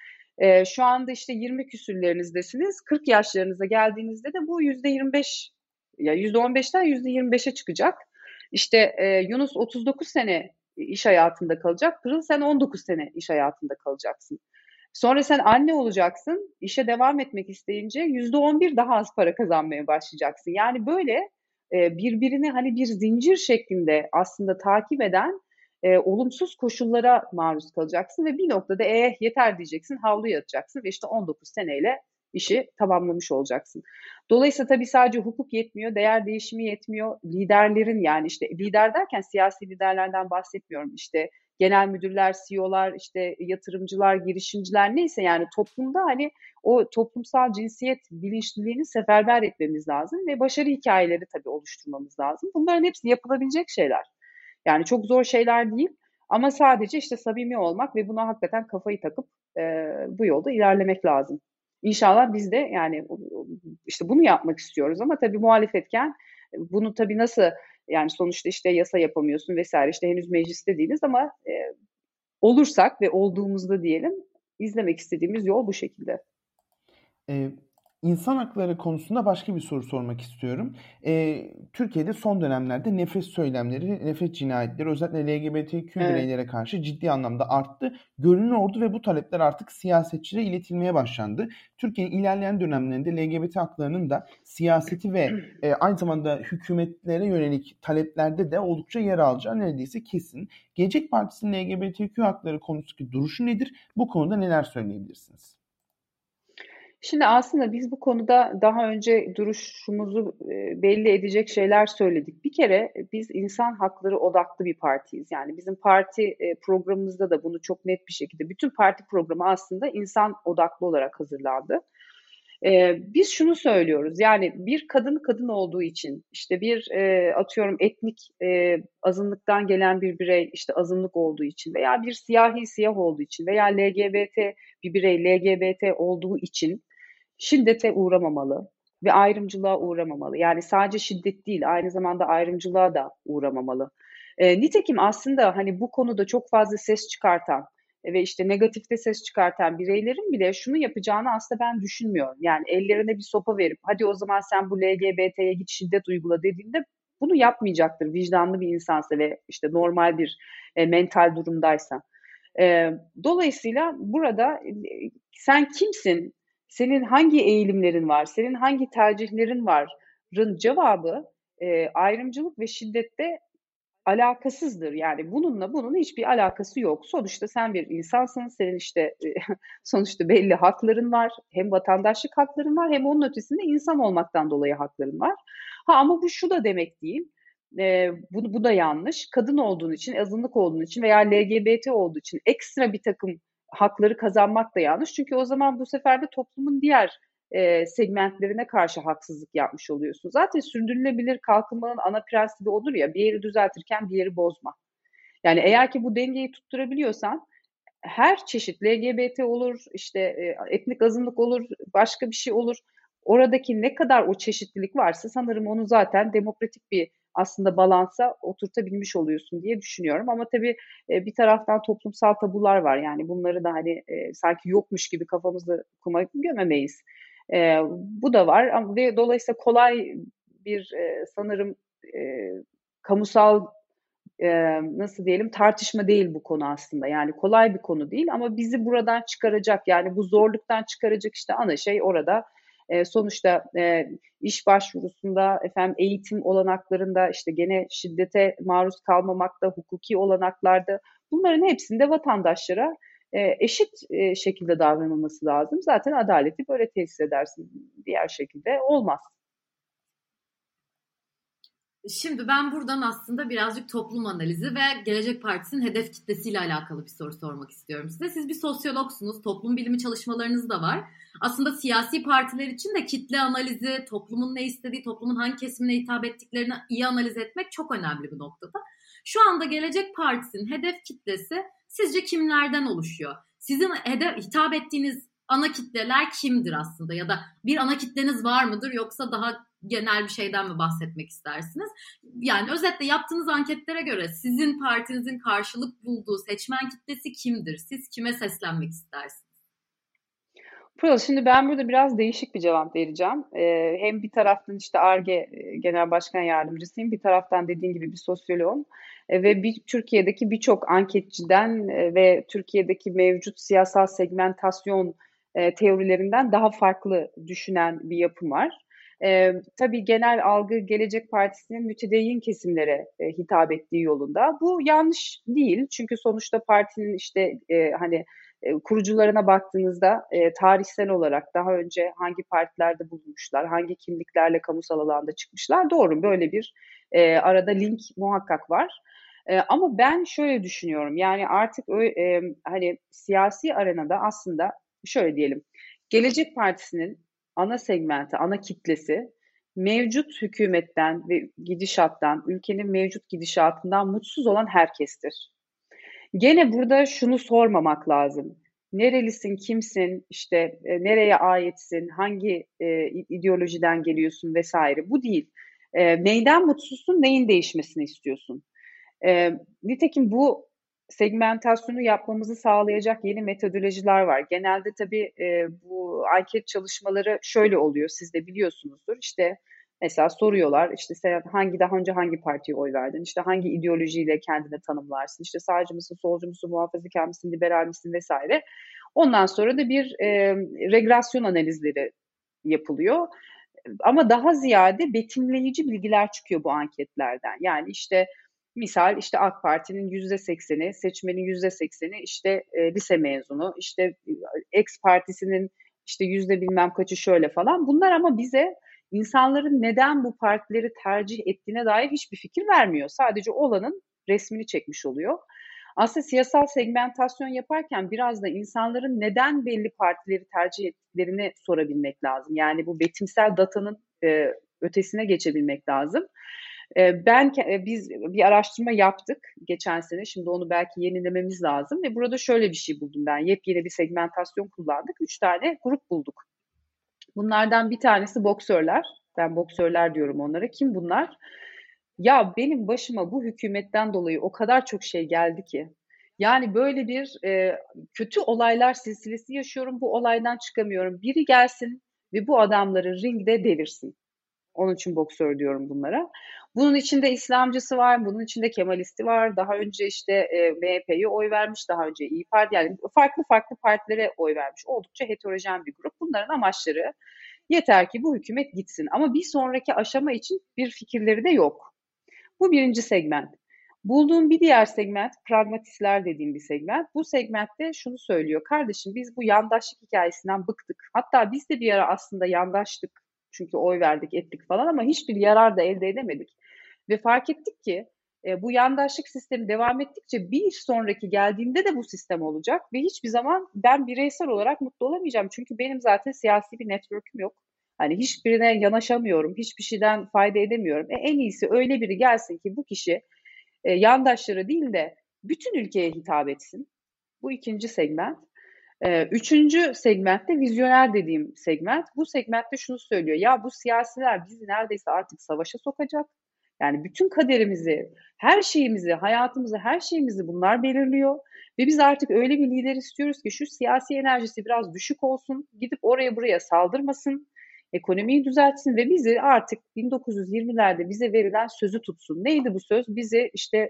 Şu anda işte 20 küsürlerinizdesiniz. 40 yaşlarınıza geldiğinizde de bu %25, ya %15'ten %25'e çıkacak. İşte Yunus 39 sene iş hayatında kalacak. Pırıl sen 19 sene iş hayatında kalacaksın. Sonra sen anne olacaksın. İşe devam etmek isteyince %11 daha az para kazanmaya başlayacaksın. Yani böyle birbirini hani bir zincir şeklinde aslında takip eden olumsuz koşullara maruz kalacaksın ve bir noktada yeter diyeceksin, havluya atacaksın ve işte 19 seneyle işi tamamlamış olacaksın. Dolayısıyla tabii sadece hukuk yetmiyor, değer değişimi yetmiyor. Liderlerin, yani işte lider derken siyasi liderlerden bahsetmiyorum. İşte genel müdürler, CEO'lar, işte yatırımcılar, girişimciler, neyse yani toplumda hani o toplumsal cinsiyet bilinçliliğini seferber etmemiz lazım ve başarı hikayeleri tabii oluşturmamız lazım. Bunların hepsi yapılabilecek şeyler. Yani çok zor şeyler değil ama sadece işte samimi olmak ve buna hakikaten kafayı takıp bu yolda ilerlemek lazım. İnşallah biz de yani işte bunu yapmak istiyoruz ama tabii muhalefetken bunu tabii nasıl, yani sonuçta işte yasa yapamıyorsun vesaire, işte henüz mecliste değiliz ama olursak ve olduğumuzda diyelim, izlemek istediğimiz yol bu şekilde. Ee, İnsan hakları konusunda başka bir soru sormak istiyorum. Türkiye'de son dönemlerde nefret söylemleri, nefret cinayetleri özellikle LGBTQ Evet. bireylere karşı ciddi anlamda arttı. Görünüyordu ve bu talepler artık siyasetçilere iletilmeye başlandı. Türkiye'nin ilerleyen dönemlerinde LGBT haklarının da siyaseti ve aynı zamanda hükümetlere yönelik taleplerde de oldukça yer alacağı neredeyse kesin. Gelecek Partisi'nin LGBTQ hakları konusundaki duruşu nedir? Bu konuda neler söyleyebilirsiniz? Şimdi aslında biz bu konuda daha önce duruşumuzu belli edecek şeyler söyledik. Bir kere biz insan hakları odaklı bir partiyiz. Yani bizim parti programımızda da bunu çok net bir şekilde, bütün parti programı aslında insan odaklı olarak hazırlandı. Biz şunu söylüyoruz, yani bir kadın olduğu için, işte bir atıyorum etnik azınlıktan gelen bir birey işte azınlık olduğu için veya bir siyahi siyah olduğu için veya LGBT bir birey LGBT olduğu için şiddete uğramamalı ve ayrımcılığa uğramamalı. Yani sadece şiddet değil, aynı zamanda ayrımcılığa da uğramamalı. Nitekim aslında hani bu konuda çok fazla ses çıkartan ve işte negatifte ses çıkartan bireylerin bile şunu yapacağını aslında ben düşünmüyorum. Yani ellerine bir sopa verip hadi o zaman sen bu LGBT'ye git şiddet uygula dediğinde bunu yapmayacaktır vicdanlı bir insansa ve işte normal bir mental durumdaysa. Dolayısıyla burada sen kimsin, senin hangi eğilimlerin var, senin hangi tercihlerin varın cevabı ayrımcılık ve şiddette alakasızdır. Yani bunun hiçbir alakası yok. Sonuçta sen bir insansın, senin işte sonuçta belli hakların var. Hem vatandaşlık hakların var, hem onun ötesinde insan olmaktan dolayı hakların var. Ama bu şu da demek değil. Bu da yanlış. Kadın olduğun için, azınlık olduğun için veya LGBT olduğu için ekstra bir takım hakları kazanmak da yanlış. Çünkü o zaman bu sefer de toplumun diğer segmentlerine karşı haksızlık yapmış oluyorsun. Zaten sürdürülebilir kalkınmanın ana prensibi odur ya, bir yeri düzeltirken bir yeri bozma. Yani eğer ki bu dengeyi tutturabiliyorsan her çeşit LGBT olur, işte etnik azınlık olur, başka bir şey olur. Oradaki ne kadar o çeşitlilik varsa sanırım onu zaten demokratik bir aslında balansa oturtabilmiş oluyorsun diye düşünüyorum. Ama tabii bir taraftan toplumsal tabular var. Yani bunları da hani sanki yokmuş gibi kafamızda kuma gömemeyiz. Bu da var ve dolayısıyla kolay bir sanırım e, kamusal nasıl diyelim tartışma değil bu konu aslında. Yani kolay bir konu değil ama bizi buradan çıkaracak, yani bu zorluktan çıkaracak işte ana şey orada. Sonuçta iş başvurusunda, efendim eğitim olanaklarında, işte gene şiddete maruz kalmamakta, hukuki olanaklarda, bunların hepsinde vatandaşlara eşit şekilde davranılması lazım. Zaten adaleti böyle tesis edersin. Diğer şekilde olmaz. Şimdi ben buradan aslında birazcık toplum analizi ve Gelecek Partisi'nin hedef kitlesiyle alakalı bir soru sormak istiyorum size. Siz bir sosyologsunuz, toplum bilimi çalışmalarınız da var. Aslında siyasi partiler için de kitle analizi, toplumun ne istediği, toplumun hangi kesimine hitap ettiklerini iyi analiz etmek çok önemli bir noktada. Şu anda Gelecek Partisi'nin hedef kitlesi sizce kimlerden oluşuyor? Sizin hitap ettiğiniz ana kitleler kimdir aslında? Ya da bir ana kitleniz var mıdır, yoksa daha genel bir şeyden mi bahsetmek istersiniz? Yani özetle yaptığınız anketlere göre sizin partinizin karşılık bulduğu seçmen kitlesi kimdir? Siz kime seslenmek istersiniz? Pırıl, şimdi ben burada biraz değişik bir cevap vereceğim. Hem bir taraftan işte Ar-Ge Genel Başkan Yardımcısıyım, bir taraftan dediğin gibi bir sosyoloğum. Ve Türkiye'deki birçok anketçiden ve Türkiye'deki mevcut siyasal segmentasyon teorilerinden daha farklı düşünen bir yapım var. Tabii genel algı Gelecek Partisi'nin mütedeyyin kesimlere hitap ettiği yolunda. Bu yanlış değil, çünkü sonuçta partinin işte hani kurucularına baktığınızda tarihsel olarak daha önce hangi partilerde bulunmuşlar, hangi kimliklerle kamusal alanda çıkmışlar, doğru, böyle bir arada link muhakkak var. Ama ben şöyle düşünüyorum, yani artık hani siyasi arenada aslında şöyle diyelim, Gelecek Partisi'nin ana segmenti, ana kitlesi mevcut hükümetten ve gidişattan, ülkenin mevcut gidişatından mutsuz olan herkestir. Gene burada şunu sormamak lazım. Nerelisin, kimsin, işte nereye aitsin, hangi ideolojiden geliyorsun vesaire. Bu değil. Neyden mutsuzsun, neyin değişmesini istiyorsun? Nitekim bu segmentasyonu yapmamızı sağlayacak yeni metodolojiler var. Genelde tabii bu anket çalışmaları şöyle oluyor, siz de biliyorsunuzdur. İşte mesela soruyorlar, işte sen daha önce hangi partiye oy verdin? İşte hangi ideolojiyle kendini tanımlarsın? İşte sağcı mısın, solcu musun, muhafazakar mısın, liberal misin vesaire. Ondan sonra da bir regresyon analizleri yapılıyor. Ama daha ziyade betimleyici bilgiler çıkıyor bu anketlerden. Yani işte misal işte AK Parti'nin %80'i, seçmenin %80'i işte lise mezunu, işte X Partisi'nin işte yüzde bilmem kaçı şöyle falan. Bunlar ama bize insanların neden bu partileri tercih ettiğine dair hiçbir fikir vermiyor. Sadece olanın resmini çekmiş oluyor. Aslında siyasal segmentasyon yaparken biraz da insanların neden belli partileri tercih ettiklerini sorabilmek lazım. Yani bu betimsel datanın ötesine geçebilmek lazım. Biz bir araştırma yaptık geçen sene. Şimdi onu belki yenilememiz lazım ve burada şöyle bir şey buldum ben. Yepyeni bir segmentasyon kullandık. 3 tane grup bulduk. Bunlardan bir tanesi boksörler. Ben boksörler diyorum onlara. Kim bunlar? Ya benim başıma bu hükümetten dolayı o kadar çok şey geldi ki. Yani böyle bir kötü olaylar silsilesi yaşıyorum. Bu olaydan çıkamıyorum. Biri gelsin ve bu adamları ringde devirsin. Onun için boksör diyorum bunlara. Bunun içinde İslamcısı var, bunun içinde Kemalisti var. Daha önce işte MHP'ye oy vermiş, daha önce İYİ Parti, yani farklı farklı partilere oy vermiş. Oldukça heterojen bir grup. Bunların amaçları yeter ki bu hükümet gitsin. Ama bir sonraki aşama için bir fikirleri de yok. Bu birinci segment. Bulduğum bir diğer segment, pragmatistler dediğim bir segment. Bu segmentte şunu söylüyor. Kardeşim, biz bu yandaşlık hikayesinden bıktık. Hatta biz de bir ara aslında yandaştık. Çünkü oy verdik, ettik falan, ama hiçbir yarar da elde edemedik. Ve fark ettik ki bu yandaşlık sistemi devam ettikçe bir sonraki geldiğinde de bu sistem olacak. Ve hiçbir zaman ben bireysel olarak mutlu olamayacağım. Çünkü benim zaten siyasi bir network'üm yok. Hani hiçbirine yanaşamıyorum, hiçbir şeyden fayda edemiyorum. En iyisi öyle biri gelsin ki bu kişi yandaşları değil de bütün ülkeye hitap etsin. Bu ikinci segment. Üçüncü segmentte vizyoner dediğim segment. Bu segmentte şunu söylüyor. Ya bu siyasiler bizi neredeyse artık savaşa sokacak. Yani bütün kaderimizi, her şeyimizi, hayatımızı, her şeyimizi bunlar belirliyor. Ve biz artık öyle bir lider istiyoruz ki şu siyasi enerjisi biraz düşük olsun. Gidip oraya buraya saldırmasın. Ekonomiyi düzeltsin ve bizi artık 1920'lerde bize verilen sözü tutsun. Neydi bu söz? Bizi işte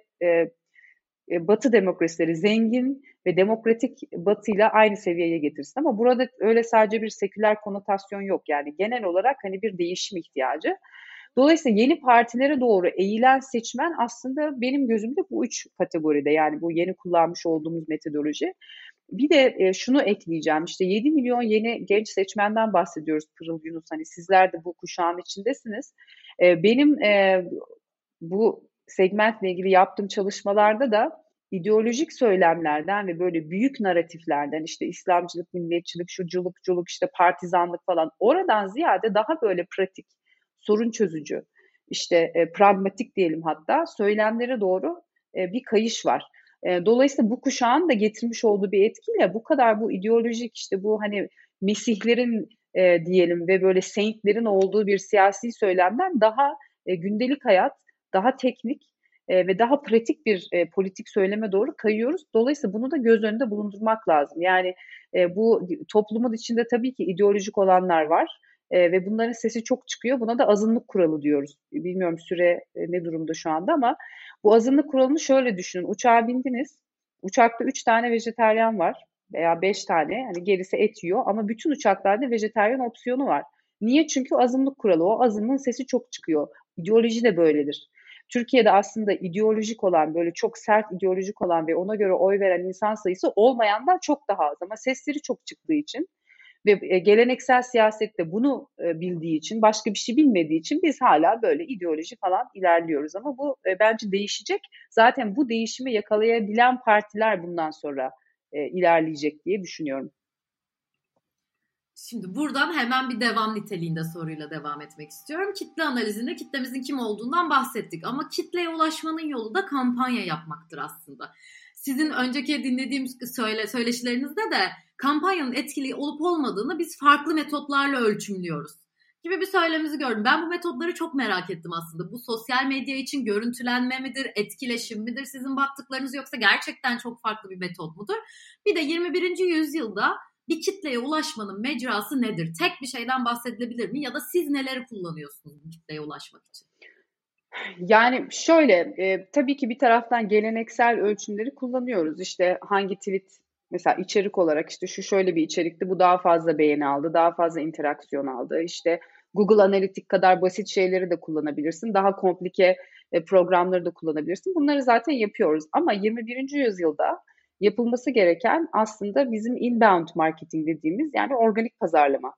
Batı demokrasileri zengin ve demokratik Batı'yla aynı seviyeye getirsin. Ama burada öyle sadece bir seküler konotasyon yok. Yani genel olarak hani bir değişim ihtiyacı. Dolayısıyla yeni partilere doğru eğilen seçmen aslında benim gözümde bu üç kategoride, yani bu yeni kullanmış olduğumuz metodoloji. Bir de şunu ekleyeceğim, işte 7 milyon yeni genç seçmenden bahsediyoruz Pırıl, Yunus, hani sizler de bu kuşağın içindesiniz. Benim bu segmentle ilgili yaptığım çalışmalarda da ideolojik söylemlerden ve böyle büyük narratiflerden, işte İslamcılık, milliyetçilik, şuculuk, işte partizanlık falan, oradan ziyade daha böyle pratik, sorun çözücü, işte pragmatik diyelim, hatta söylemlere doğru bir kayış var. Dolayısıyla bu kuşağın da getirmiş olduğu bir etkiyle bu kadar bu ideolojik, işte bu hani mesihlerin diyelim ve böyle saintlerin olduğu bir siyasi söylemden daha gündelik hayat, daha teknik ve daha pratik bir politik söyleme doğru kayıyoruz. Dolayısıyla bunu da göz önünde bulundurmak lazım. Yani bu toplumun içinde tabii ki ideolojik olanlar var ve bunların sesi çok çıkıyor. Buna da azınlık kuralı diyoruz. Bilmiyorum süre ne durumda şu anda, ama bu azınlık kuralını şöyle düşünün. Uçağa bindiniz. Uçakta 3 tane vejetaryen var veya 5 tane. Hani gerisi et yiyor, ama bütün uçaklarda vejetaryen opsiyonu var. Niye? Çünkü azınlık kuralı. O azınlığın sesi çok çıkıyor. İdeoloji de böyledir. Türkiye'de aslında ideolojik olan, böyle çok sert ideolojik olan ve ona göre oy veren insan sayısı olmayandan çok daha az, ama sesleri çok çıktığı için ve geleneksel siyasette bunu bildiği için, başka bir şey bilmediği için biz hala böyle ideoloji falan ilerliyoruz. Ama bu bence değişecek. Zaten bu değişimi yakalayabilen partiler bundan sonra ilerleyecek diye düşünüyorum. Şimdi buradan hemen bir devam niteliğinde soruyla devam etmek istiyorum. Kitle analizinde kitlemizin kim olduğundan bahsettik. Ama kitleye ulaşmanın yolu da kampanya yapmaktır aslında. Sizin önceki dinlediğim söyleşilerinizde de kampanyanın etkili olup olmadığını biz farklı metotlarla ölçümlüyoruz gibi bir söyleminizi gördüm. Ben bu metotları çok merak ettim aslında. Bu sosyal medya için görüntülenme midir, etkileşim midir sizin baktıklarınız, yoksa gerçekten çok farklı bir metot mudur? Bir de 21. yüzyılda bir kitleye ulaşmanın mecrası nedir? Tek bir şeyden bahsedilebilir mi? Ya da siz neleri kullanıyorsunuz bu kitleye ulaşmak için? Yani şöyle, tabii ki bir taraftan geleneksel ölçümleri kullanıyoruz. İşte hangi tweet, mesela içerik olarak işte şu şöyle bir içerikti, bu daha fazla beğeni aldı, daha fazla interaksiyon aldı. İşte Google Analytics kadar basit şeyleri de kullanabilirsin. Daha komplike programları da kullanabilirsin. Bunları zaten yapıyoruz. Ama 21. yüzyılda yapılması gereken aslında bizim inbound marketing dediğimiz, yani organik pazarlama.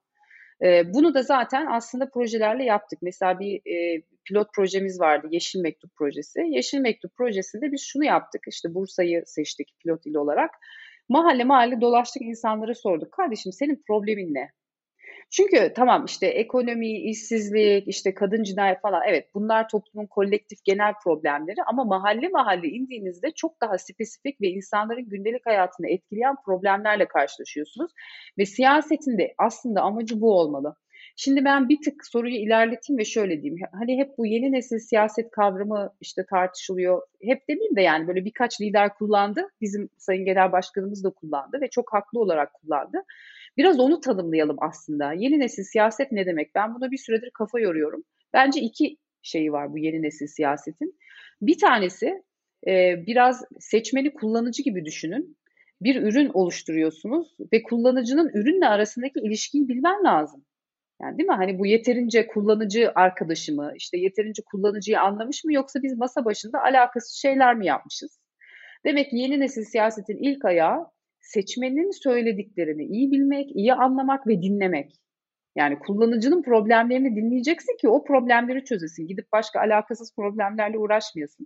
Bunu da zaten aslında projelerle yaptık. Mesela bir pilot projemiz vardı, Yeşil Mektup projesi. Yeşil Mektup projesinde biz şunu yaptık. İşte Bursa'yı seçtik pilot il olarak. Mahalle mahalle dolaştık, insanlara sorduk. Kardeşim, senin problemin ne? Çünkü tamam, işte ekonomi, işsizlik, işte kadın cinayet falan, evet bunlar toplumun kolektif genel problemleri, ama mahalle mahalle indiğinizde çok daha spesifik ve insanların gündelik hayatını etkileyen problemlerle karşılaşıyorsunuz. Ve siyasetin de aslında amacı bu olmalı. Şimdi ben bir tık soruyu ilerleteyim ve şöyle diyeyim. Hani hep bu yeni nesil siyaset kavramı işte tartışılıyor. Hep demeyeyim de, yani böyle birkaç lider kullandı. Bizim Sayın Genel Başkanımız da kullandı ve çok haklı olarak kullandı. Biraz onu tanımlayalım aslında. Yeni nesil siyaset ne demek? Ben buna bir süredir kafa yoruyorum. Bence iki şeyi var bu yeni nesil siyasetin. Bir tanesi biraz seçmeni kullanıcı gibi düşünün. Bir ürün oluşturuyorsunuz ve kullanıcının ürünle arasındaki ilişkiyi bilmen lazım. Yani değil mi? Hani bu yeterince kullanıcı arkadaşı mı, işte yeterince kullanıcıyı anlamış mı, yoksa biz masa başında alakasız şeyler mi yapmışız? Demek ki yeni nesil siyasetin ilk ayağı seçmenin söylediklerini iyi bilmek, iyi anlamak ve dinlemek. Yani kullanıcının problemlerini dinleyeceksin ki o problemleri çözesin. Gidip başka alakasız problemlerle uğraşmayasın.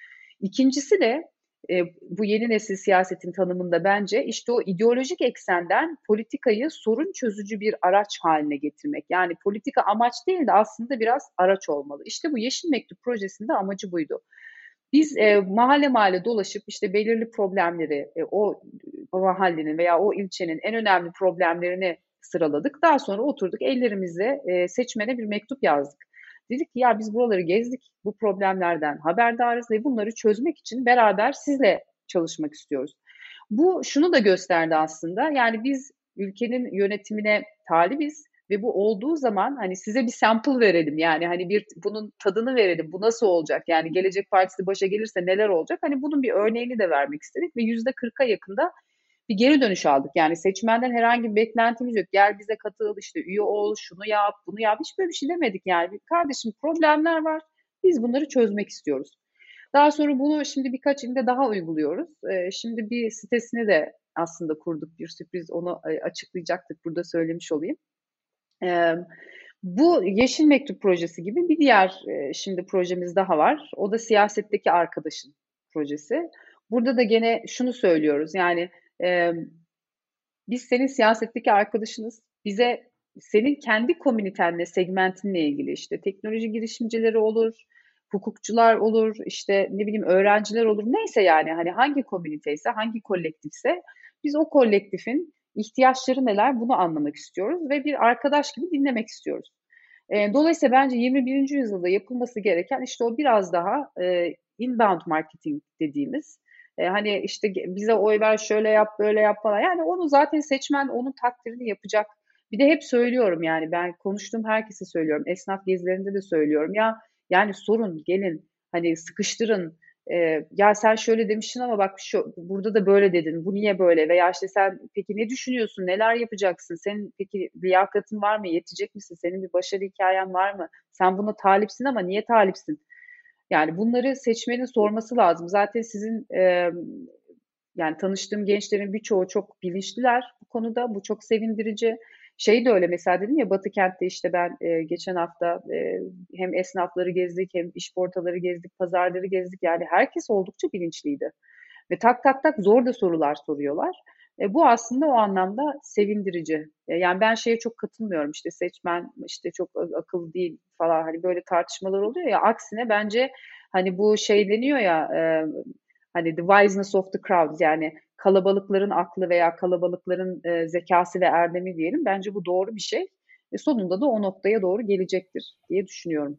İkincisi de bu yeni nesil siyasetin tanımında bence işte o ideolojik eksenden politikayı sorun çözücü bir araç haline getirmek. Yani politika amaç değil de aslında biraz araç olmalı. İşte bu Yeşil Mektup projesinde amacı buydu. Biz mahalle mahalle dolaşıp işte belirli problemleri, o mahallenin veya o ilçenin en önemli problemlerini sıraladık. Daha sonra oturduk, ellerimizle seçmene bir mektup yazdık. Dedik ki ya biz buraları gezdik, bu problemlerden haberdarız ve bunları çözmek için beraber sizle çalışmak istiyoruz. Bu şunu da gösterdi aslında, yani biz ülkenin yönetimine talibiz ve bu olduğu zaman hani size bir sample verelim, yani hani bir bunun tadını verelim, bu nasıl olacak, yani Gelecek Partisi başa gelirse neler olacak, hani bunun bir örneğini de vermek istedik ve %40'a yakında bir geri dönüş aldık. Yani seçmenden herhangi bir beklentimiz yok. Gel bize katıl, işte üye ol, şunu yap, bunu yap. Hiç böyle bir şey demedik yani. Kardeşim, problemler var. Biz bunları çözmek istiyoruz. Daha sonra bunu şimdi birkaç ilde daha uyguluyoruz. Şimdi bir sitesini de aslında kurduk. Bir sürpriz, onu açıklayacaktık. Burada söylemiş olayım. Bu Yeşil Mektup projesi gibi bir diğer şimdi projemiz daha var. O da siyasetteki arkadaşın projesi. Burada da gene şunu söylüyoruz. Yani e, biz senin siyasetteki arkadaşınız. Bize senin kendi komünitenle, segmentinle ilgili işte teknoloji girişimcileri olur, hukukçular olur, işte ne bileyim öğrenciler olur. Neyse yani hani hangi komüniteyse, hangi kolektifse biz o kolektifin ihtiyaçları neler bunu anlamak istiyoruz ve bir arkadaş gibi dinlemek istiyoruz. Dolayısıyla bence 21. yüzyılda yapılması gereken işte o biraz daha inbound marketing dediğimiz hani işte bize oy ver şöyle yap böyle yap falan. Yani onu zaten seçmen onun takdirini yapacak. Bir de hep söylüyorum yani ben konuştuğum herkese söylüyorum. Esnaf gezilerinde de söylüyorum. Ya yani sorun gelin hani sıkıştırın. Ya sen şöyle demiştin ama bak şu burada da böyle dedin. Bu niye böyle? Veya işte sen peki ne düşünüyorsun? Neler yapacaksın? Senin peki liyakatın var mı? Yetecek misin? Senin bir başarı hikayen var mı? Sen buna talipsin ama niye talipsin? Yani bunları seçmenin sorması lazım. Zaten sizin yani tanıştığım gençlerin birçoğu çok bilinçliler bu konuda. Bu çok sevindirici. Şey de öyle mesela dedim ya Batı kentte işte ben geçen hafta hem esnafları gezdik hem iş portaları gezdik, pazarları gezdik. Yani herkes oldukça bilinçliydi. Ve tak tak tak zor da sorular soruyorlar. Bu aslında o anlamda sevindirici. Yani ben şeye çok katılmıyorum işte seçmen işte çok akıllı değil falan hani böyle tartışmalar oluyor ya aksine bence hani bu şey deniyor ya hani the wiseness of the crowd yani kalabalıkların aklı veya kalabalıkların zekası ve erdemi diyelim. Bence bu doğru bir şey. Sonunda da o noktaya doğru gelecektir diye düşünüyorum.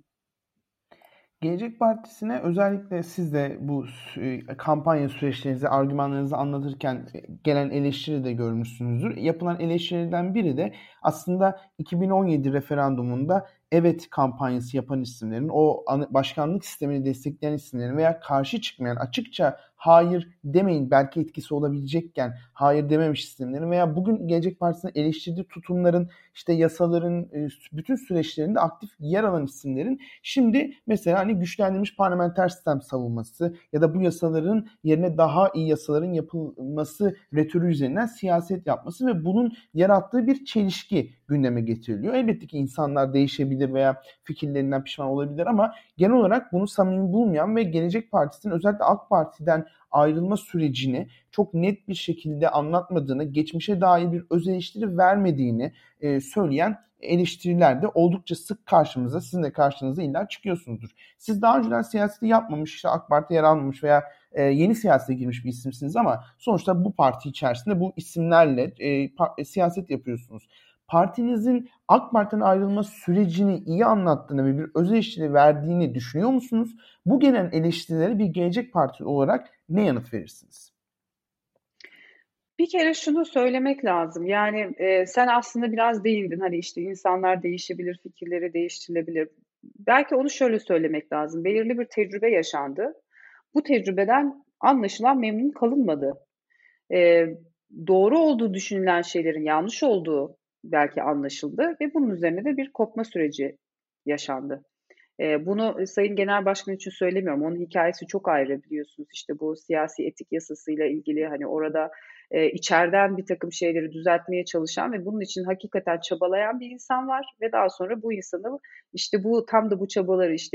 Gelecek Partisi'ne özellikle siz de bu kampanya süreçlerinizi, argümanlarınızı anlatırken gelen eleştiri de görmüşsünüzdür. Yapılan eleştirilerden biri de aslında 2017 referandumunda evet kampanyası yapan isimlerin, o başkanlık sistemini destekleyen isimlerin veya karşı çıkmayan, açıkça hayır demeyin belki etkisi olabilecekken hayır dememiş isimlerin veya bugün Gelecek Partisi'ne eleştirdiği tutumların, işte yasaların, bütün süreçlerinde aktif yer alan isimlerin şimdi mesela hani güçlendirilmiş parlamenter sistem savunması ya da bu yasaların yerine daha iyi yasaların yapılması retoriği üzerinden siyaset yapması ve bunun yarattığı bir çelişki gündeme getiriliyor. Elbette ki insanlar değişebilir veya fikirlerinden pişman olabilir ama genel olarak bunu samimi bulmayan ve Gelecek Partisi'nin özellikle AK Parti'den ayrılma sürecini çok net bir şekilde anlatmadığını, geçmişe dair bir öz eleştiri vermediğini söyleyen eleştiriler de oldukça sık karşımıza, sizin de karşınıza illa çıkıyorsunuzdur. Siz daha önceden siyaseti yapmamış, işte AK Parti'ye yer almamış veya yeni siyasete girmiş bir isimsiniz ama sonuçta bu parti içerisinde bu isimlerle siyaset yapıyorsunuz. Partinizin AK Parti'den ayrılma sürecini iyi anlattığını ve bir öz eleştiri verdiğini düşünüyor musunuz? Bu gelen eleştirilere bir Gelecek Partisi olarak ne yanıt verirsiniz? Bir kere şunu söylemek lazım. Yani sen aslında biraz değindin. Hani işte insanlar değişebilir, fikirleri değiştirilebilir. Belki onu şöyle söylemek lazım. Belirli bir tecrübe yaşandı. Bu tecrübeden anlaşılan memnun kalınmadı. E, Doğru olduğu düşünülen şeylerin yanlış olduğu belki anlaşıldı ve bunun üzerine de bir kopma süreci yaşandı. Bunu Sayın Genel Başkan için söylemiyorum. Onun hikayesi çok ayrı biliyorsunuz. İşte bu siyasi etik yasasıyla ilgili hani orada içeriden bir takım şeyleri düzeltmeye çalışan ve bunun için hakikaten çabalayan bir insan var ve daha sonra bu insanı işte bu tam da bu çabaları işte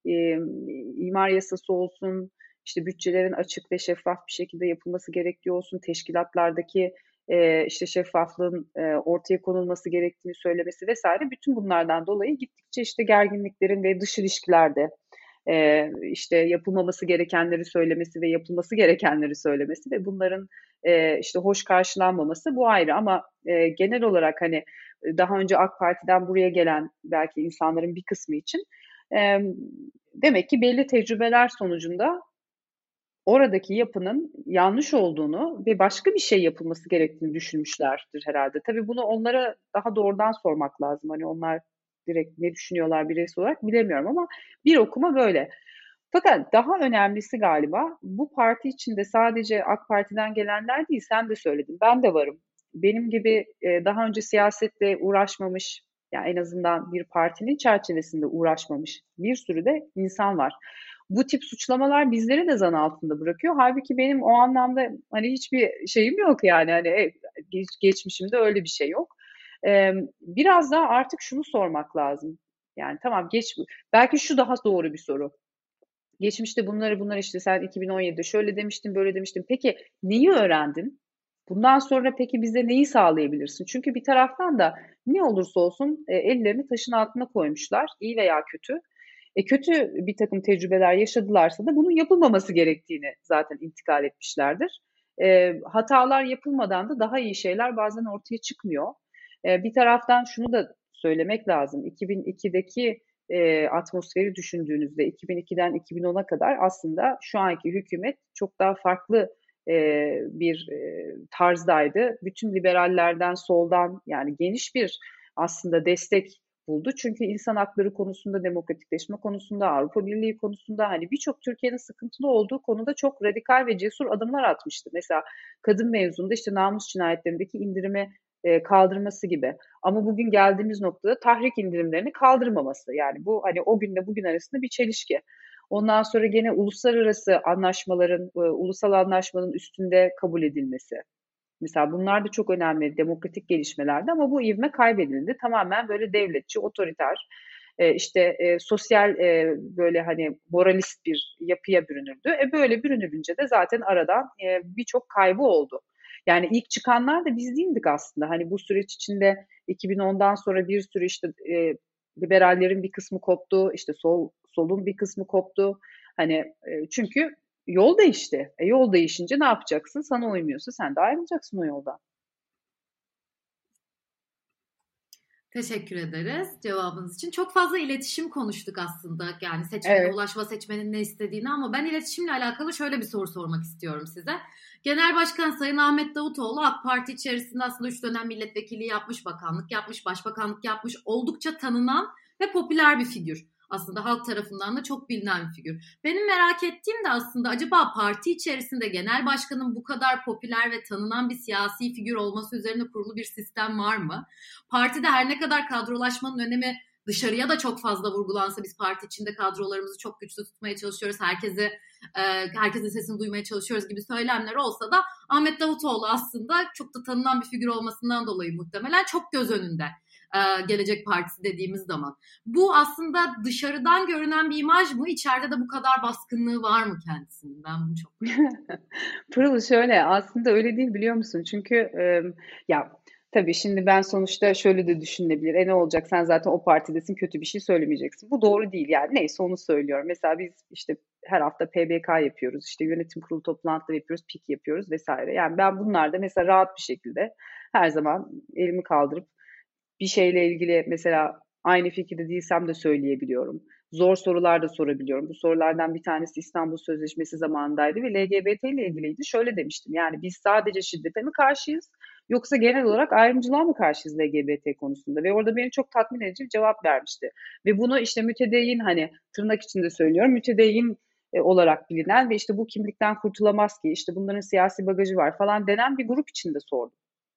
imar yasası olsun, işte bütçelerin açık ve şeffaf bir şekilde yapılması gerektiği olsun, teşkilatlardaki işte şeffaflığın ortaya konulması gerektiğini söylemesi vesaire bütün bunlardan dolayı gittikçe işte gerginliklerin ve dış ilişkilerde işte yapılmaması gerekenleri söylemesi ve yapılması gerekenleri söylemesi ve bunların işte hoş karşılanmaması bu ayrı ama genel olarak hani daha önce AK Parti'den buraya gelen belki insanların bir kısmı için e, demek ki belli tecrübeler sonucunda oradaki yapının yanlış olduğunu ve başka bir şey yapılması gerektiğini düşünmüşlerdir herhalde. Tabii bunu onlara daha doğrudan sormak lazım. Hani onlar direkt ne düşünüyorlar bireysel olarak bilemiyorum ama bir okuma böyle. Fakat daha önemlisi galiba bu parti içinde sadece AK Parti'den gelenler değil, sen de söyledin, ben de varım. Benim gibi daha önce siyasetle uğraşmamış, yani en azından bir partinin çerçevesinde uğraşmamış bir sürü de insan var. Bu tip suçlamalar bizleri de zan altında bırakıyor. Halbuki benim o anlamda hani hiçbir şeyim yok yani hani geçmişimde öyle bir şey yok. Biraz daha artık şunu sormak lazım. Yani tamam belki şu daha doğru bir soru. Geçmişte bunları işte sen 2017'de şöyle demiştin, böyle demiştin. Peki neyi öğrendin? Bundan sonra peki bize neyi sağlayabilirsin? Çünkü bir taraftan da ne olursa olsun ellerini taşın altına koymuşlar, iyi veya kötü. Kötü bir takım tecrübeler yaşadılarsa da bunun yapılmaması gerektiğini zaten intikal etmişlerdir. Hatalar yapılmadan da daha iyi şeyler bazen ortaya çıkmıyor. Bir taraftan şunu da söylemek lazım. 2002'deki atmosferi düşündüğünüzde 2002'den 2010'a kadar aslında şu anki hükümet çok daha farklı bir tarzdaydı. Bütün liberallerden, soldan yani geniş bir aslında destek buldu. Çünkü insan hakları konusunda, demokratikleşme konusunda, Avrupa Birliği konusunda hani birçok Türkiye'nin sıkıntılı olduğu konuda çok radikal ve cesur adımlar atmıştı. Mesela kadın mevzunda işte namus cinayetlerindeki indirime kaldırması gibi. Ama bugün geldiğimiz noktada tahrik indirimlerini kaldırmaması. Yani bu hani o günle bugün arasında bir çelişki. Ondan sonra gene uluslararası anlaşmaların, ulusal anlaşmanın üstünde kabul edilmesi. Mesela bunlar da çok önemli demokratik gelişmelerdi ama bu ivme kaybedildi. Tamamen böyle devletçi, otoriter, sosyal böyle hani moralist bir yapıya bürünüldü. Böyle bürünülünce de zaten aradan birçok kaybı oldu. Yani ilk çıkanlar da biz değildik aslında. Hani bu süreç içinde 2010'dan sonra bir sürü işte liberallerin bir kısmı koptu, işte solun bir kısmı koptu. Hani çünkü yol değişti. Yol değişince ne yapacaksın? Sana uymuyorsa sen de ayrılacaksın o yoldan. Teşekkür ederiz cevabınız için. Çok fazla iletişim konuştuk aslında. Yani seçmene Evet. ulaşma, seçmenin ne istediğini, ama ben iletişimle alakalı şöyle bir soru sormak istiyorum size. Genel Başkan Sayın Ahmet Davutoğlu AK Parti içerisinde aslında 3 dönem milletvekilliği yapmış, bakanlık yapmış, başbakanlık yapmış, oldukça tanınan ve popüler bir figür. Aslında halk tarafından da çok bilinen bir figür. Benim merak ettiğim de aslında acaba parti içerisinde genel başkanın bu kadar popüler ve tanınan bir siyasi figür olması üzerine kurulu bir sistem var mı? Partide her ne kadar kadrolaşmanın önemi dışarıya da çok fazla vurgulansa, biz parti içinde kadrolarımızı çok güçlü tutmaya çalışıyoruz, herkesin sesini duymaya çalışıyoruz gibi söylemler olsa da Ahmet Davutoğlu aslında çok da tanınan bir figür olmasından dolayı muhtemelen çok göz önünde. Gelecek Partisi dediğimiz zaman. Bu aslında dışarıdan görünen bir imaj mı? İçeride de bu kadar baskınlığı var mı kendisinin? Ben bunu çok Pırıl şöyle aslında öyle değil biliyor musun? Çünkü ya tabii şimdi ben sonuçta şöyle de düşünülebilir. Ne olacak sen zaten o partidesin kötü bir şey söylemeyeceksin. Bu doğru değil yani neyse onu söylüyorum. Mesela biz işte her hafta PBK yapıyoruz. İşte yönetim kurulu toplantıları yapıyoruz. PİK yapıyoruz vesaire. Yani ben bunlarda mesela rahat bir şekilde her zaman elimi kaldırıp bir şeyle ilgili mesela aynı fikirde değilsem de söyleyebiliyorum. Zor sorular da sorabiliyorum. Bu sorulardan bir tanesi İstanbul Sözleşmesi zamanındaydı ve LGBT ile ilgiliydi. Şöyle demiştim yani biz sadece şiddete mi karşıyız yoksa genel olarak ayrımcılığa mı karşıyız LGBT konusunda? Ve orada beni çok tatmin edici bir cevap vermişti. Ve bunu işte mütedeyyin hani tırnak içinde söylüyorum mütedeyyin olarak bilinen ve işte bu kimlikten kurtulamaz ki işte bunların siyasi bagajı var falan denen bir grup içinde sordum.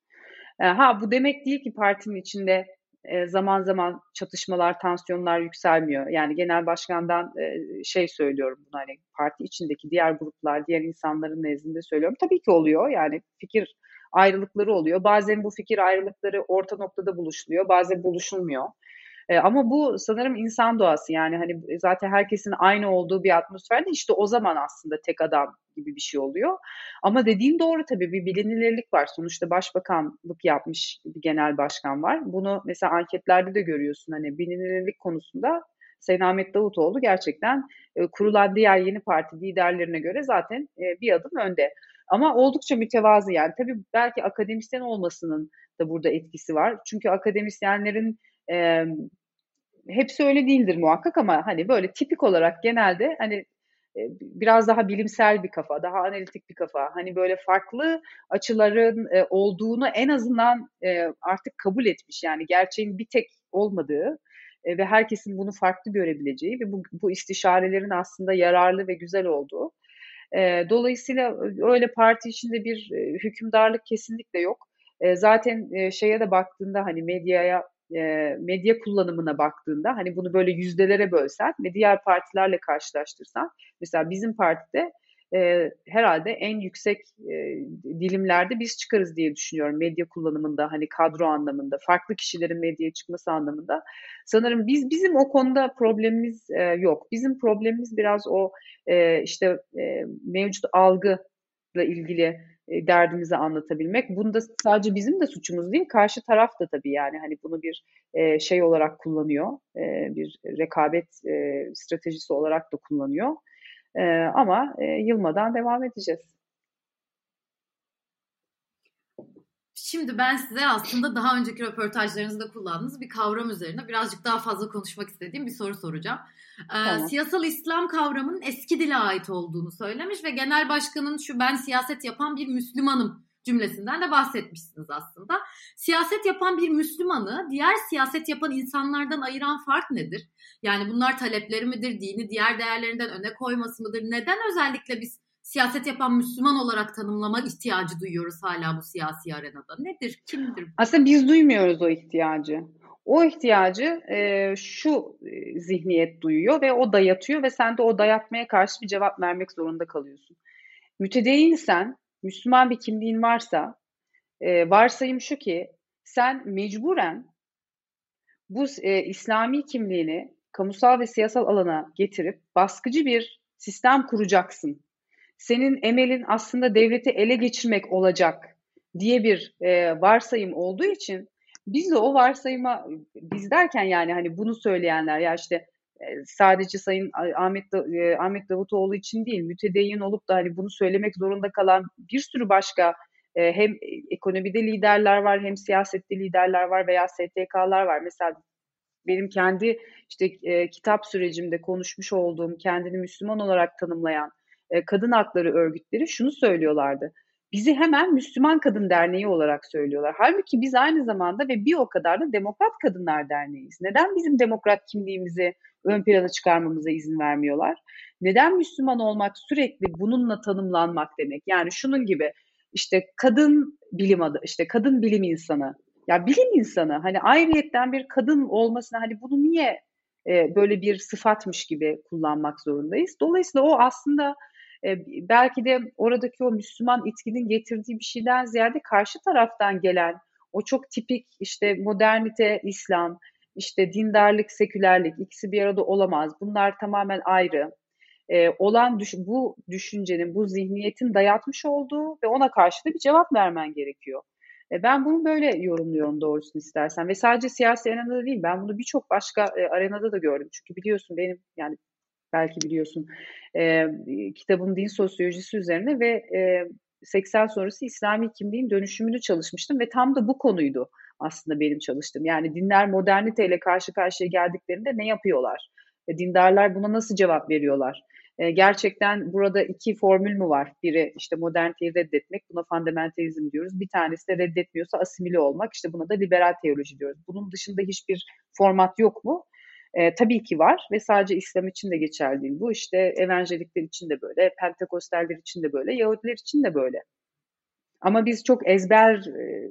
Bu demek değil ki partinin içinde zaman zaman çatışmalar, tansiyonlar yükselmiyor. Yani genel başkandan söylüyorum bunu hani parti içindeki diğer gruplar, diğer insanların nezdinde söylüyorum. Tabii ki oluyor. Yani fikir ayrılıkları oluyor. Bazen bu fikir ayrılıkları orta noktada buluşuluyor, bazen buluşulmuyor. Ama bu sanırım insan doğası yani hani zaten herkesin aynı olduğu bir atmosferde işte o zaman aslında tek adam gibi bir şey oluyor. Ama dediğin doğru tabii bir bilinirlik var. Sonuçta başbakanlık yapmış bir genel başkan var. Bunu mesela anketlerde de görüyorsun hani bilinirlik konusunda Sayın Ahmet Davutoğlu gerçekten kurulan diğer yeni parti liderlerine göre zaten bir adım önde. Ama oldukça mütevazı yani tabii belki akademisyen olmasının da burada etkisi var. Çünkü akademisyenlerin e, hepsi öyle değildir muhakkak ama hani böyle tipik olarak genelde hani biraz daha bilimsel bir kafa, daha analitik bir kafa. Hani böyle farklı açıların olduğunu en azından artık kabul etmiş. Yani gerçeğin bir tek olmadığı ve herkesin bunu farklı görebileceği ve bu istişarelerin aslında yararlı ve güzel olduğu. Dolayısıyla öyle parti içinde bir hükümdarlık kesinlikle yok. Zaten şeye de baktığında hani medya kullanımına baktığında hani bunu böyle yüzdelere bölsen ve diğer partilerle karşılaştırsan mesela bizim partide herhalde en yüksek dilimlerde biz çıkarız diye düşünüyorum medya kullanımında, hani kadro anlamında, farklı kişilerin medyaya çıkması anlamında. Sanırım bizim o konuda problemimiz yok. Bizim problemimiz biraz o işte mevcut algıyla ilgili derdimizi anlatabilmek. Bunda sadece bizim de suçumuz değil, karşı taraf da tabii, yani hani bunu bir şey olarak kullanıyor, bir rekabet stratejisi olarak da kullanıyor. Ama yılmadan devam edeceğiz. Şimdi ben size aslında daha önceki röportajlarınızda kullandığınız bir kavram üzerine birazcık daha fazla konuşmak istediğim bir soru soracağım. Tamam. Siyasal İslam kavramının eski dile ait olduğunu söylemiş ve genel başkanın şu "ben siyaset yapan bir Müslümanım" cümlesinden de bahsetmişsiniz aslında. Siyaset yapan bir Müslümanı diğer siyaset yapan insanlardan ayıran fark nedir? Yani bunlar talepleri midir, dini diğer değerlerinden öne koyması mıdır? Neden özellikle biz siyaset yapan Müslüman olarak tanımlama ihtiyacı duyuyoruz hala bu siyasi arenada? Nedir, kimdir? Aslında biz duymuyoruz o ihtiyacı. O ihtiyacı şu zihniyet duyuyor ve o dayatıyor ve sen de o dayatmaya karşı bir cevap vermek zorunda kalıyorsun. Mütedeyinsen, Müslüman bir kimliğin varsa, varsayım şu ki sen mecburen bu İslami kimliğini kamusal ve siyasal alana getirip baskıcı bir sistem kuracaksın. Senin emelin aslında devleti ele geçirmek olacak diye bir varsayım olduğu için biz de o varsayıma, biz derken yani hani bunu söyleyenler, ya işte sadece Sayın Ahmet Davutoğlu için değil, mütedeyyin olup da hani bunu söylemek zorunda kalan bir sürü başka hem ekonomide liderler var, hem siyasette liderler var veya STK'lar var. Mesela benim kendi işte kitap sürecimde konuşmuş olduğum, kendini Müslüman olarak tanımlayan kadın hakları örgütleri şunu söylüyorlardı: bizi hemen Müslüman Kadın Derneği olarak söylüyorlar. Halbuki biz aynı zamanda ve bir o kadar da Demokrat Kadınlar Derneğiyiz. Neden bizim demokrat kimliğimizi ön plana çıkarmamıza izin vermiyorlar? Neden Müslüman olmak sürekli bununla tanımlanmak demek? Yani şunun gibi, işte kadın bilim adı, işte kadın bilim insanı. Ya bilim insanı, hani ayrıyetten bir kadın olmasına, hani bunu niye böyle bir sıfatmış gibi kullanmak zorundayız? Dolayısıyla o aslında belki de oradaki o Müslüman itkinin getirdiği bir şeyden ziyade karşı taraftan gelen o çok tipik işte modernite, İslam, işte dindarlık, sekülerlik, ikisi bir arada olamaz. Bunlar tamamen ayrı. Bu düşüncenin, bu zihniyetin dayatmış olduğu ve ona karşı da bir cevap vermen gerekiyor. Ben bunu böyle yorumluyorum doğrusunu istersen, ve sadece siyasi arenada değil, ben bunu birçok başka arenada da gördüm. Çünkü biliyorsun benim, yani belki biliyorsun, kitabım din sosyolojisi üzerine ve 80 sonrası İslami kimliğin dönüşümünü çalışmıştım ve tam da bu konuydu aslında benim çalıştığım. Yani dinler moderniteyle karşı karşıya geldiklerinde ne yapıyorlar? Dindarlar buna nasıl cevap veriyorlar? Gerçekten burada iki formül mü var? Biri işte moderniteyi reddetmek, buna fundamentalizm diyoruz. Bir tanesi de reddetmiyorsa asimile olmak, işte buna da liberal teoloji diyoruz. Bunun dışında hiçbir format yok mu? Tabii ki var ve sadece İslam için de geçerli değil bu. İşte evangelikler için de böyle, Pentekostaller için de böyle, Yahudiler için de böyle. Ama biz çok ezber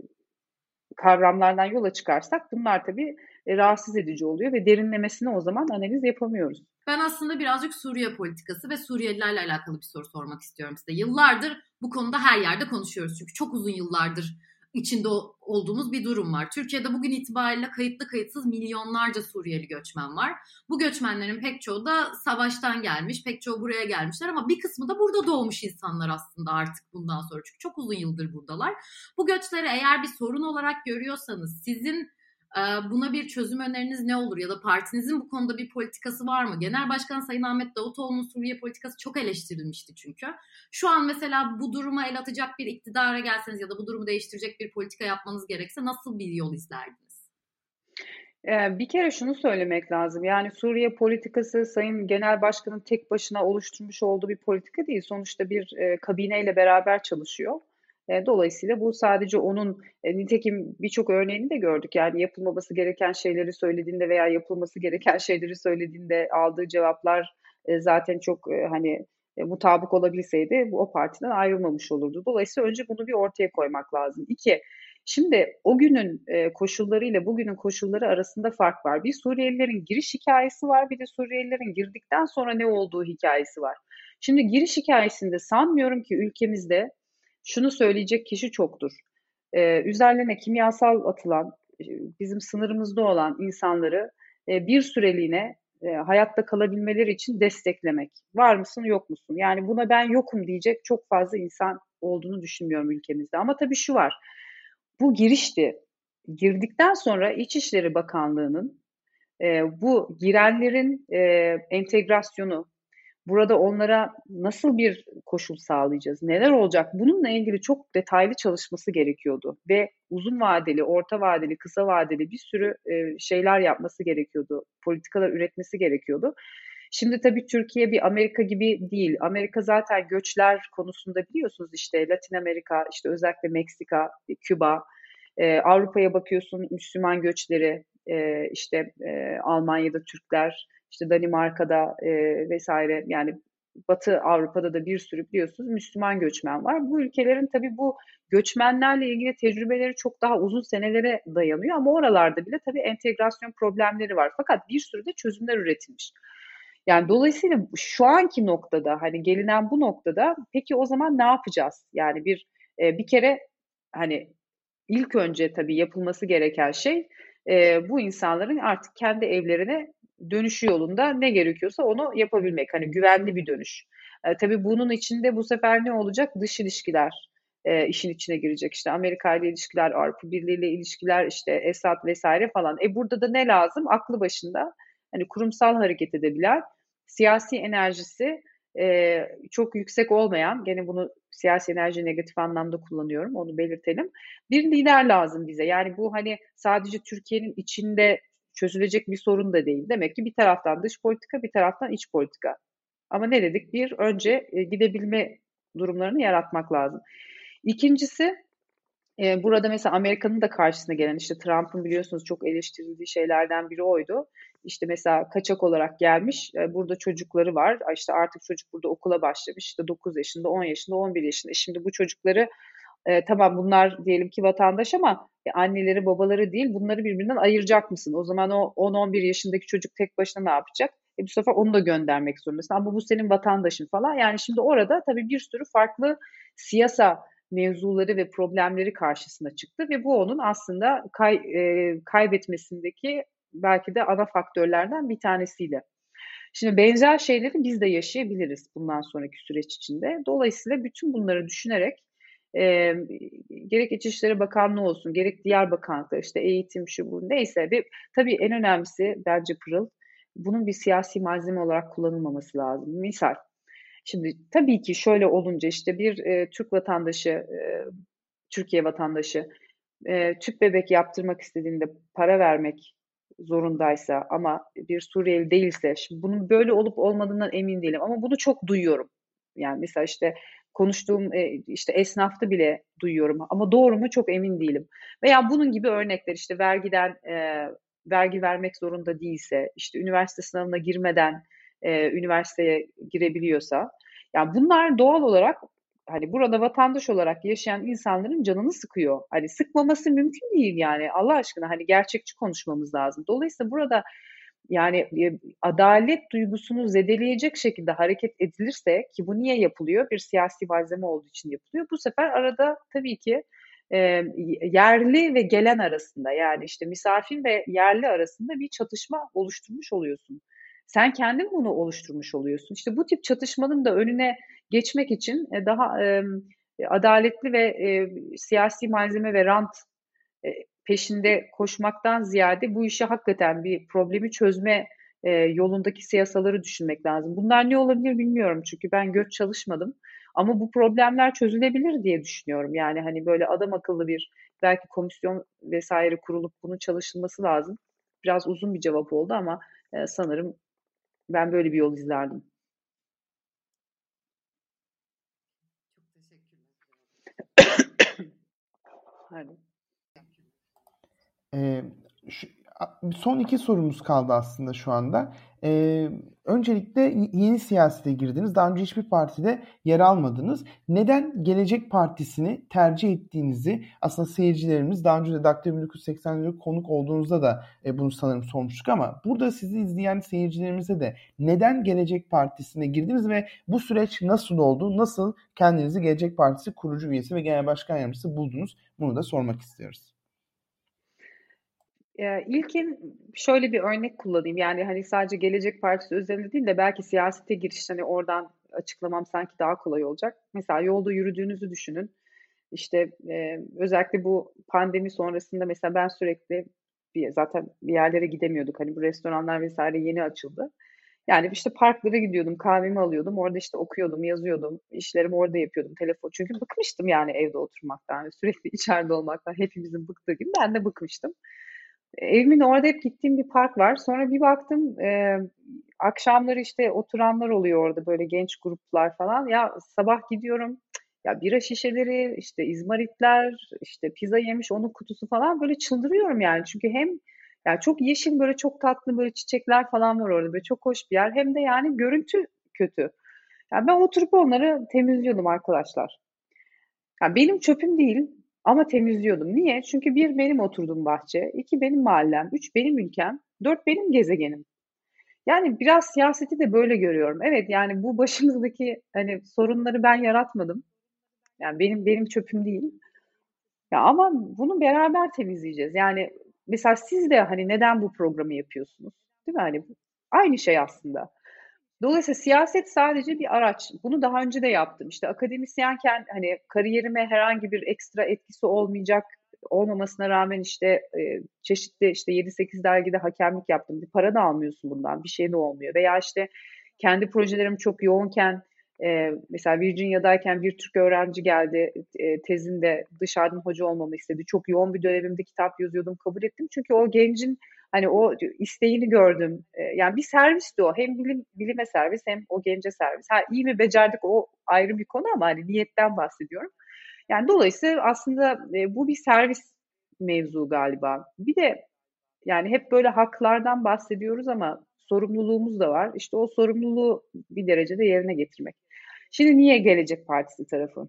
kavramlardan yola çıkarsak bunlar tabii rahatsız edici oluyor ve derinlemesine o zaman analiz yapamıyoruz. Ben aslında birazcık Suriye politikası ve Suriyelilerle alakalı bir soru sormak istiyorum size. Yıllardır bu konuda her yerde konuşuyoruz. Çünkü çok uzun yıllardır içinde olduğumuz bir durum var. Türkiye'de bugün itibariyle kayıtlı kayıtsız milyonlarca Suriyeli göçmen var. Bu göçmenlerin pek çoğu da savaştan gelmiş, pek çoğu buraya gelmişler ama bir kısmı da burada doğmuş insanlar aslında artık bundan sonra. Çünkü çok uzun yıldır buradalar. Bu göçleri eğer bir sorun olarak görüyorsanız sizin buna bir çözüm öneriniz ne olur? Ya da partinizin bu konuda bir politikası var mı? Genel Başkan Sayın Ahmet Davutoğlu'nun Suriye politikası çok eleştirilmişti çünkü. Şu an mesela bu duruma el atacak bir iktidara gelseniz ya da bu durumu değiştirecek bir politika yapmanız gerekse nasıl bir yol izlerdiniz? Bir kere şunu söylemek lazım. Yani Suriye politikası Sayın Genel Başkan'ın tek başına oluşturmuş olduğu bir politika değil. Sonuçta bir kabineyle beraber çalışıyor. Dolayısıyla bu sadece onun, nitekim birçok örneğini de gördük. Yani yapılmaması gereken şeyleri söylediğinde veya yapılması gereken şeyleri söylediğinde aldığı cevaplar zaten çok hani mutabık olabilseydi bu o partiden ayrılmamış olurdu. Dolayısıyla önce bunu bir ortaya koymak lazım. İki, Şimdi o günün koşullarıyla bugünün koşulları arasında fark var. Bir Suriyelilerin giriş hikayesi var, bir de Suriyelilerin girdikten sonra ne olduğu hikayesi var. Şimdi giriş hikayesinde sanmıyorum ki ülkemizde şunu söyleyecek kişi çoktur. Üzerlerine kimyasal atılan, bizim sınırımızda olan insanları bir süreliğine hayatta kalabilmeleri için desteklemek. Var mısın, yok musun? Yani buna ben yokum diyecek çok fazla insan olduğunu düşünmüyorum ülkemizde. Ama tabii şu var. Bu girişti. Girdikten sonra İçişleri Bakanlığı'nın bu girenlerin entegrasyonu, burada onlara nasıl bir koşul sağlayacağız, neler olacak, bununla ilgili çok detaylı çalışması gerekiyordu. Ve uzun vadeli, orta vadeli, kısa vadeli bir sürü şeyler yapması gerekiyordu, politikalar üretmesi gerekiyordu. Şimdi tabii Türkiye bir Amerika gibi değil. Amerika zaten göçler konusunda biliyorsunuz işte Latin Amerika, işte özellikle Meksika, Küba, Avrupa'ya bakıyorsun Müslüman göçleri, işte Almanya'da Türkler, işte Danimarka'da vesaire, yani Batı Avrupa'da da bir sürü biliyorsunuz Müslüman göçmen var. Bu ülkelerin tabii bu göçmenlerle ilgili tecrübeleri çok daha uzun senelere dayanıyor ama oralarda bile tabii entegrasyon problemleri var. Fakat bir sürü de çözümler üretilmiş. Yani dolayısıyla şu anki noktada, hani gelinen bu noktada peki o zaman ne yapacağız? Yani bir kere hani ilk önce tabii yapılması gereken şey bu insanların artık kendi evlerine dönüşü yolunda ne gerekiyorsa onu yapabilmek. Hani güvenli bir dönüş. Tabii bunun içinde bu sefer ne olacak? Dış ilişkiler işin içine girecek. İşte Amerika ile ilişkiler, Avrupa Birliği ile ilişkiler, işte Esad vesaire falan. Burada da ne lazım? Aklı başında, hani kurumsal hareket edebilen, siyasi enerjisi çok yüksek olmayan, gene bunu siyasi enerji negatif anlamda kullanıyorum, onu belirtelim. Bir lider lazım bize. Yani bu hani sadece Türkiye'nin içinde çözülecek bir sorun da değil. Demek ki bir taraftan dış politika, bir taraftan iç politika. Ama ne dedik? Bir, önce gidebilme durumlarını yaratmak lazım. İkincisi, burada mesela Amerika'nın da karşısına gelen, işte Trump'ın biliyorsunuz çok eleştirildiği şeylerden biri oydu. İşte mesela kaçak olarak gelmiş, burada çocukları var. İşte artık çocuk burada okula başlamış. İşte 9 yaşında, 10 yaşında, 11 yaşında. Şimdi bu çocukları tamam bunlar diyelim ki vatandaş ama anneleri babaları değil, bunları birbirinden ayıracak mısın? O zaman o 10-11 yaşındaki çocuk tek başına ne yapacak? Bu sefer onu da göndermek zorundasın. Ama bu senin vatandaşın falan. Yani şimdi orada tabii bir sürü farklı siyasa mevzuları ve problemleri karşısına çıktı ve bu onun aslında kaybetmesindeki belki de ana faktörlerden bir tanesiydi. Şimdi benzer şeyleri biz de yaşayabiliriz bundan sonraki süreç içinde. Dolayısıyla bütün bunları düşünerek gerek İçişleri Bakanlığı olsun, gerek diğer bakanlıklar, işte eğitim, şu bu neyse. Ve tabii en önemlisi bence Pırıl, bunun bir siyasi malzeme olarak kullanılmaması lazım. Misal, şimdi tabii ki şöyle olunca işte bir Türk vatandaşı, Türkiye vatandaşı tüp bebek yaptırmak istediğinde para vermek zorundaysa ama bir Suriyeli değilse, şimdi bunun böyle olup olmadığından emin değilim ama bunu çok duyuyorum. Yani mesela işte konuştuğum işte esnafta bile duyuyorum ama doğru mu çok emin değilim. Veya bunun gibi örnekler, işte vergi vermek zorunda değilse, işte üniversite sınavına girmeden üniversiteye girebiliyorsa, yani bunlar doğal olarak hani burada vatandaş olarak yaşayan insanların canını sıkıyor. Hani sıkmaması mümkün değil yani. Allah aşkına hani gerçekçi konuşmamız lazım. Dolayısıyla burada yani adalet duygusunu zedeleyecek şekilde hareket edilirse, ki bu niye yapılıyor? Bir siyasi malzeme olduğu için yapılıyor. Bu sefer arada tabii ki e, yerli ve gelen arasında, yani işte misafir ve yerli arasında bir çatışma oluşturmuş oluyorsun. Sen kendin bunu oluşturmuş oluyorsun. İşte bu tip çatışmanın da önüne geçmek için daha adaletli ve siyasi malzeme ve rant e, peşinde koşmaktan ziyade bu işi hakikaten bir problemi çözme yolundaki siyasaları düşünmek lazım. Bunlar ne olabilir bilmiyorum çünkü ben göç çalışmadım. Ama bu problemler çözülebilir diye düşünüyorum. Yani hani böyle adam akıllı bir belki komisyon vesaire kurulup bunun çalışılması lazım. Biraz uzun bir cevap oldu ama sanırım ben böyle bir yol izlerdim. Çok teşekkürler. Hadi. Son iki sorumuz kaldı aslında şu anda. Öncelikle yeni siyasete girdiniz. Daha önce hiçbir partide yer almadınız. Neden Gelecek Partisi'ni tercih ettiğinizi aslında seyircilerimiz daha önce de Daktilo 1980'de konuk olduğunuzda da bunu sanırım sormuştuk ama burada sizi izleyen seyircilerimize de neden Gelecek Partisi'ne girdiniz ve bu süreç nasıl oldu? Nasıl kendinizi Gelecek Partisi kurucu üyesi ve genel başkan yardımcısı buldunuz? Bunu da sormak istiyoruz. İlkin şöyle bir örnek kullanayım. Yani hani sadece Gelecek Partisi üzerinde değil de belki siyasete giriş, hani oradan açıklamam sanki daha kolay olacak. Mesela yolda yürüdüğünüzü düşünün. İşte özellikle bu pandemi sonrasında mesela ben sürekli zaten bir yerlere gidemiyorduk. Hani bu restoranlar vesaire yeni açıldı. Yani işte parklara gidiyordum, kahvemi alıyordum. Orada işte okuyordum, yazıyordum. İşlerimi orada yapıyordum. Telefon. Çünkü bıkmıştım yani evde oturmaktan. Sürekli içeride olmaktan. Hepimizin bıktığı gibi ben de bıkmıştım. Evimin orada hep gittiğim bir park var. Sonra bir baktım akşamları işte oturanlar oluyor orada, böyle genç gruplar falan. Ya sabah gidiyorum, ya bira şişeleri, işte izmaritler, işte pizza yemiş onun kutusu falan, böyle çıldırıyorum yani. Çünkü hem yani çok yeşil, böyle çok tatlı böyle çiçekler falan var orada. Böyle çok hoş bir yer. Hem de yani görüntü kötü. Yani ben oturup onları temizliyordum arkadaşlar. Ya benim çöpüm değil ama temizliyordum. Niye? Çünkü bir, benim oturduğum bahçe, iki benim mahallem, üç benim ülkem, dört benim gezegenim. Yani biraz siyaseti de böyle görüyorum. Evet, yani bu başımızdaki hani sorunları ben yaratmadım. Yani benim çöpüm değil. Ya ama bunu beraber temizleyeceğiz. Yani mesela siz de hani neden bu programı yapıyorsunuz? Değil mi? Hani aynı şey aslında. Dolayısıyla siyaset sadece bir araç. Bunu daha önce de yaptım. İşte akademisyenken hani kariyerime herhangi bir ekstra etkisi olmamasına rağmen işte çeşitli işte 7-8 dergide hakemlik yaptım. Bir para da almıyorsun bundan, bir şey de olmuyor. Veya işte kendi projelerim çok yoğunken mesela Virginia'dayken bir Türk öğrenci geldi, tezinde dışarıdan hoca olmamı istedi. Çok yoğun bir dönemimde kitap yazıyordum, kabul ettim. Çünkü o gencin hani o isteğini gördüm. Yani bir servisti o. Hem bilime servis hem o gence servis. Ha, iyi mi becerdik o ayrı bir konu ama hani niyetten bahsediyorum. Yani dolayısıyla aslında bu bir servis mevzu galiba. Bir de yani hep böyle haklardan bahsediyoruz ama sorumluluğumuz da var. İşte o sorumluluğu bir derecede yerine getirmek. Şimdi niye Gelecek Partisi tarafı?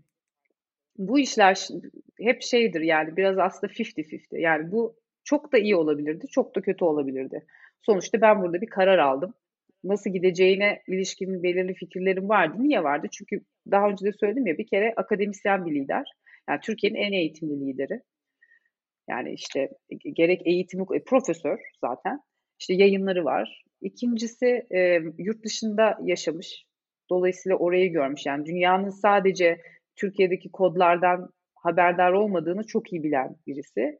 Bu işler hep şeydir yani, biraz aslında 50-50. Yani bu çok da iyi olabilirdi, çok da kötü olabilirdi. Sonuçta ben burada bir karar aldım. Nasıl gideceğine ilişkin belirli fikirlerim vardı. Niye vardı? Çünkü daha önce de söyledim ya, bir kere akademisyen bir lider. Yani Türkiye'nin en eğitimli lideri. Yani işte gerek eğitimi, profesör zaten. İşte yayınları var. İkincisi yurt dışında yaşamış. Dolayısıyla orayı görmüş. Yani dünyanın sadece Türkiye'deki kodlardan haberdar olmadığını çok iyi bilen birisi.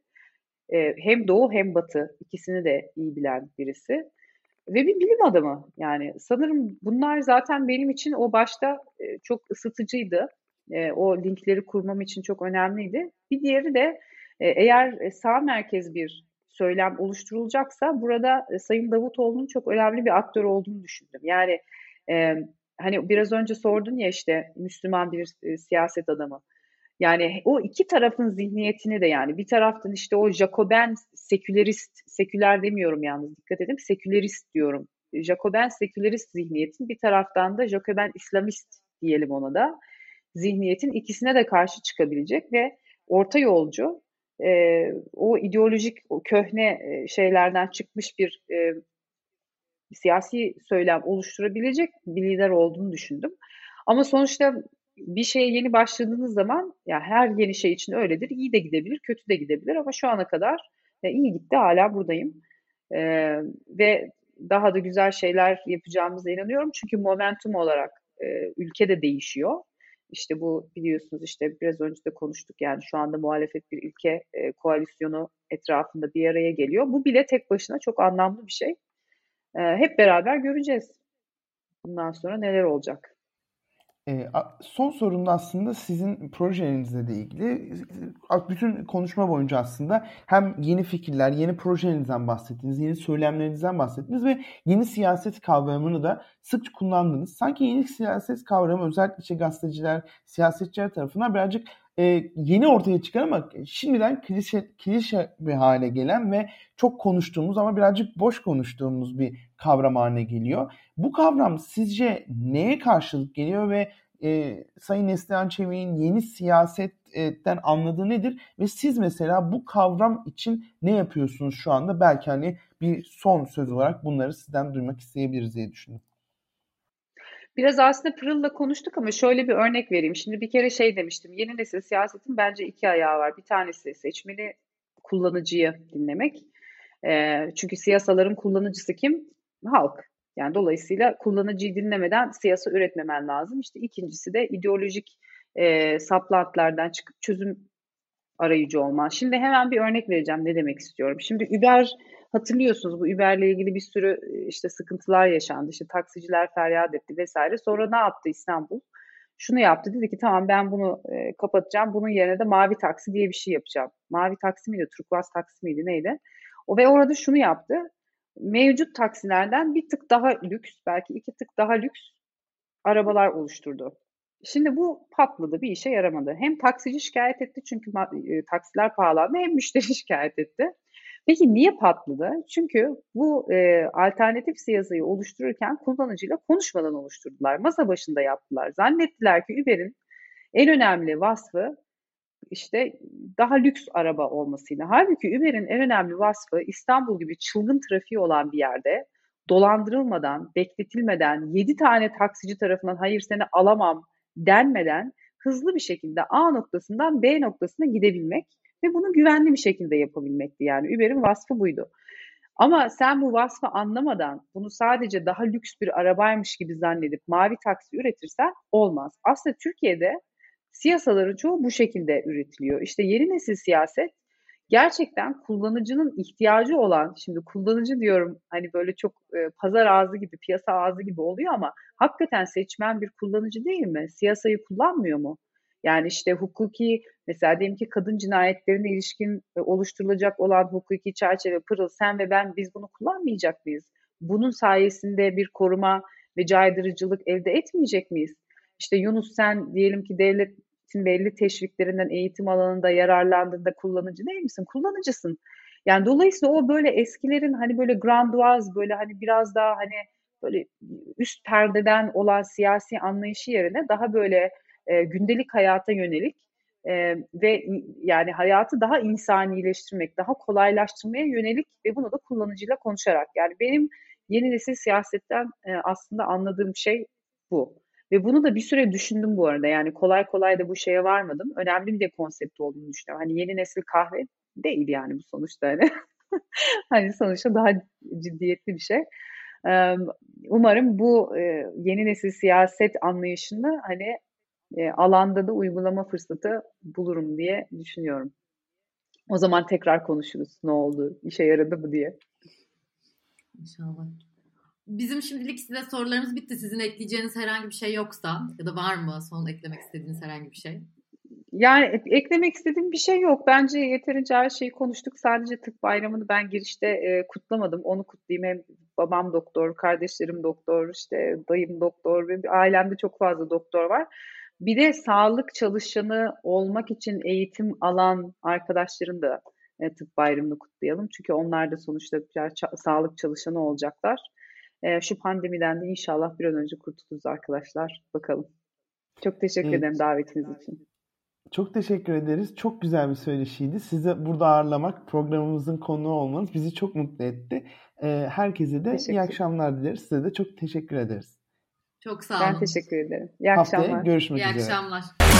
Hem doğu hem batı ikisini de iyi bilen birisi. Ve bir bilim adamı. Yani sanırım bunlar zaten benim için o başta çok ısıtıcıydı. O linkleri kurmam için çok önemliydi. Bir diğeri de eğer sağ merkez bir söylem oluşturulacaksa burada Sayın Davutoğlu'nun çok önemli bir aktör olduğunu düşündüm. Yani e, hani biraz önce sordun ya, işte Müslüman bir siyaset adamı. Yani o iki tarafın zihniyetini de, yani bir taraftan işte o Jacoben sekülerist, seküler demiyorum yalnız, dikkat edin, sekülerist diyorum. Jacoben sekülerist zihniyetin, bir taraftan da Jacoben İslamist diyelim ona da, zihniyetin ikisine de karşı çıkabilecek ve orta yolcu, o ideolojik, o köhne şeylerden çıkmış bir siyasi söylem oluşturabilecek bir lider olduğunu düşündüm. Ama sonuçta bir şeye yeni başladığınız zaman, ya her yeni şey için öyledir. İyi de gidebilir, kötü de gidebilir ama şu ana kadar iyi gitti, hala buradayım. Ve daha da güzel şeyler yapacağımıza inanıyorum. Çünkü momentum olarak ülke de değişiyor. İşte bu, biliyorsunuz, işte biraz önce de konuştuk, yani şu anda muhalefet bir ülke koalisyonu etrafında bir araya geliyor. Bu bile tek başına çok anlamlı bir şey. Hep beraber göreceğiz bundan sonra neler olacak. Son sorum da aslında sizin projelerinizle de ilgili. Bütün konuşma boyunca aslında hem yeni fikirler, yeni projelerinizden bahsettiniz, yeni söylemlerinizden bahsettiniz ve yeni siyaset kavramını da sık kullandınız. Sanki yeni siyaset kavramı özellikle gazeteciler, siyasetçiler tarafından birazcık yeni ortaya çıkan ama şimdiden klişe bir hale gelen ve çok konuştuğumuz ama birazcık boş konuştuğumuz bir kavram haline geliyor. Bu kavram sizce neye karşılık geliyor ve Sayın Neslihan Çevik'in yeni siyasetten anladığı nedir? Ve siz mesela bu kavram için ne yapıyorsunuz şu anda? Belki hani bir son söz olarak bunları sizden duymak isteyebiliriz diye düşündüm. Biraz aslında Pırıl'la konuştuk ama şöyle bir örnek vereyim. Şimdi bir kere demiştim. Yeni nesil siyasetin bence 2 ayağı var. Bir tanesi seçmeni, kullanıcıyı dinlemek. Çünkü siyasaların kullanıcısı kim? Halk. Yani dolayısıyla kullanıcıyı dinlemeden siyasa üretmemen lazım. İşte ikincisi de ideolojik saplantılardan çıkıp çözüm arayıcı olman. Şimdi hemen bir örnek vereceğim ne demek istiyorum. Şimdi Uber, hatırlıyorsunuz, bu Uber'le ilgili bir sürü işte sıkıntılar yaşandı. İşte taksiciler feryat etti vesaire. Sonra ne yaptı İstanbul? Şunu yaptı, dedi ki tamam ben bunu kapatacağım. Bunun yerine de mavi taksi diye bir şey yapacağım. Mavi taksi miydi, turkuaz taksi miydi, neydi? Ve orada şunu yaptı. Mevcut taksilerden bir tık daha lüks, belki 2 tık daha lüks arabalar oluşturdu. Şimdi bu patladı, bir işe yaramadı. Hem taksici şikayet etti çünkü taksiler pahalandı, hem müşteri şikayet etti. Peki niye patladı? Çünkü bu alternatif siyasayı oluştururken kullanıcıyla konuşmadan oluşturdular. Masa başında yaptılar. Zannettiler ki Uber'in en önemli vasfı işte daha lüks araba olmasıyla. Halbuki Uber'in en önemli vasfı İstanbul gibi çılgın trafiği olan bir yerde dolandırılmadan, bekletilmeden, 7 tane taksici tarafından hayır seni alamam denmeden hızlı bir şekilde A noktasından B noktasına gidebilmek ve bunu güvenli bir şekilde yapabilmekti. Yani Uber'in vasfı buydu. Ama sen bu vasfı anlamadan bunu sadece daha lüks bir arabaymış gibi zannedip mavi taksi üretirsen olmaz. Aslında Türkiye'de siyasaların çoğu bu şekilde üretiliyor. İşte yeni nesil siyaset gerçekten kullanıcının ihtiyacı olan, şimdi kullanıcı diyorum hani böyle çok pazar ağzı gibi, piyasa ağzı gibi oluyor ama hakikaten seçmen bir kullanıcı değil mi? Siyasayı kullanmıyor mu? Yani işte hukuki, mesela diyelim ki kadın cinayetlerine ilişkin oluşturulacak olan hukuki çerçeve, Pırıl, sen ve ben, biz bunu kullanmayacak mıyız? Bunun sayesinde bir koruma ve caydırıcılık elde etmeyecek miyiz? İşte Yunus, sen diyelim ki devletin belli teşviklerinden eğitim alanında yararlandığında kullanıcı değil misin? Kullanıcısın. Yani dolayısıyla o böyle eskilerin hani böyle grandiose, böyle hani biraz daha hani böyle üst perdeden olan siyasi anlayışı yerine daha böyle gündelik hayata yönelik ve yani hayatı daha insanileştirmek, daha kolaylaştırmaya yönelik ve bunu da kullanıcıyla konuşarak. Yani benim yeni nesil siyasetten aslında anladığım şey bu. Ve bunu da bir süre düşündüm bu arada. Yani kolay kolay da bu şeye varmadım. Önemli bir konsept olduğunu düşünüyorum. Hani yeni nesil kahve değil yani bu sonuçta. Hani, hani sonuçta daha ciddiyetli bir şey. Umarım bu yeni nesil siyaset anlayışını hani alanda da uygulama fırsatı bulurum diye düşünüyorum. O zaman tekrar konuşuruz. Ne oldu? İşe yaradı mı diye. İnşallah. Bizim şimdilik size sorularımız bitti. Sizin ekleyeceğiniz herhangi bir şey yoksa ya da var mı son eklemek istediğiniz herhangi bir şey? Yani eklemek istediğim bir şey yok. Bence yeterince her şeyi konuştuk. Sadece tıp bayramını ben girişte kutlamadım. Onu kutlayayım. Hem babam doktor, kardeşlerim doktor, işte dayım doktor ve ailemde çok fazla doktor var. Bir de sağlık çalışanı olmak için eğitim alan arkadaşların da tıp bayramını kutlayalım. Çünkü onlar da sonuçta sağlık çalışanı olacaklar. Şu pandemiden de inşallah bir an önce kurtuluruz arkadaşlar. Bakalım. Çok teşekkür ederim davetiniz için. Çok teşekkür ederiz. Çok güzel bir söyleşiydi. Sizi burada ağırlamak, programımızın konuğu olmanız bizi çok mutlu etti. Herkese de iyi akşamlar dileriz. Size de çok teşekkür ederiz. Çok sağ olun. Ben teşekkür ederim. İyi akşamlar. Haftaya görüşmek üzere. İyi akşamlar.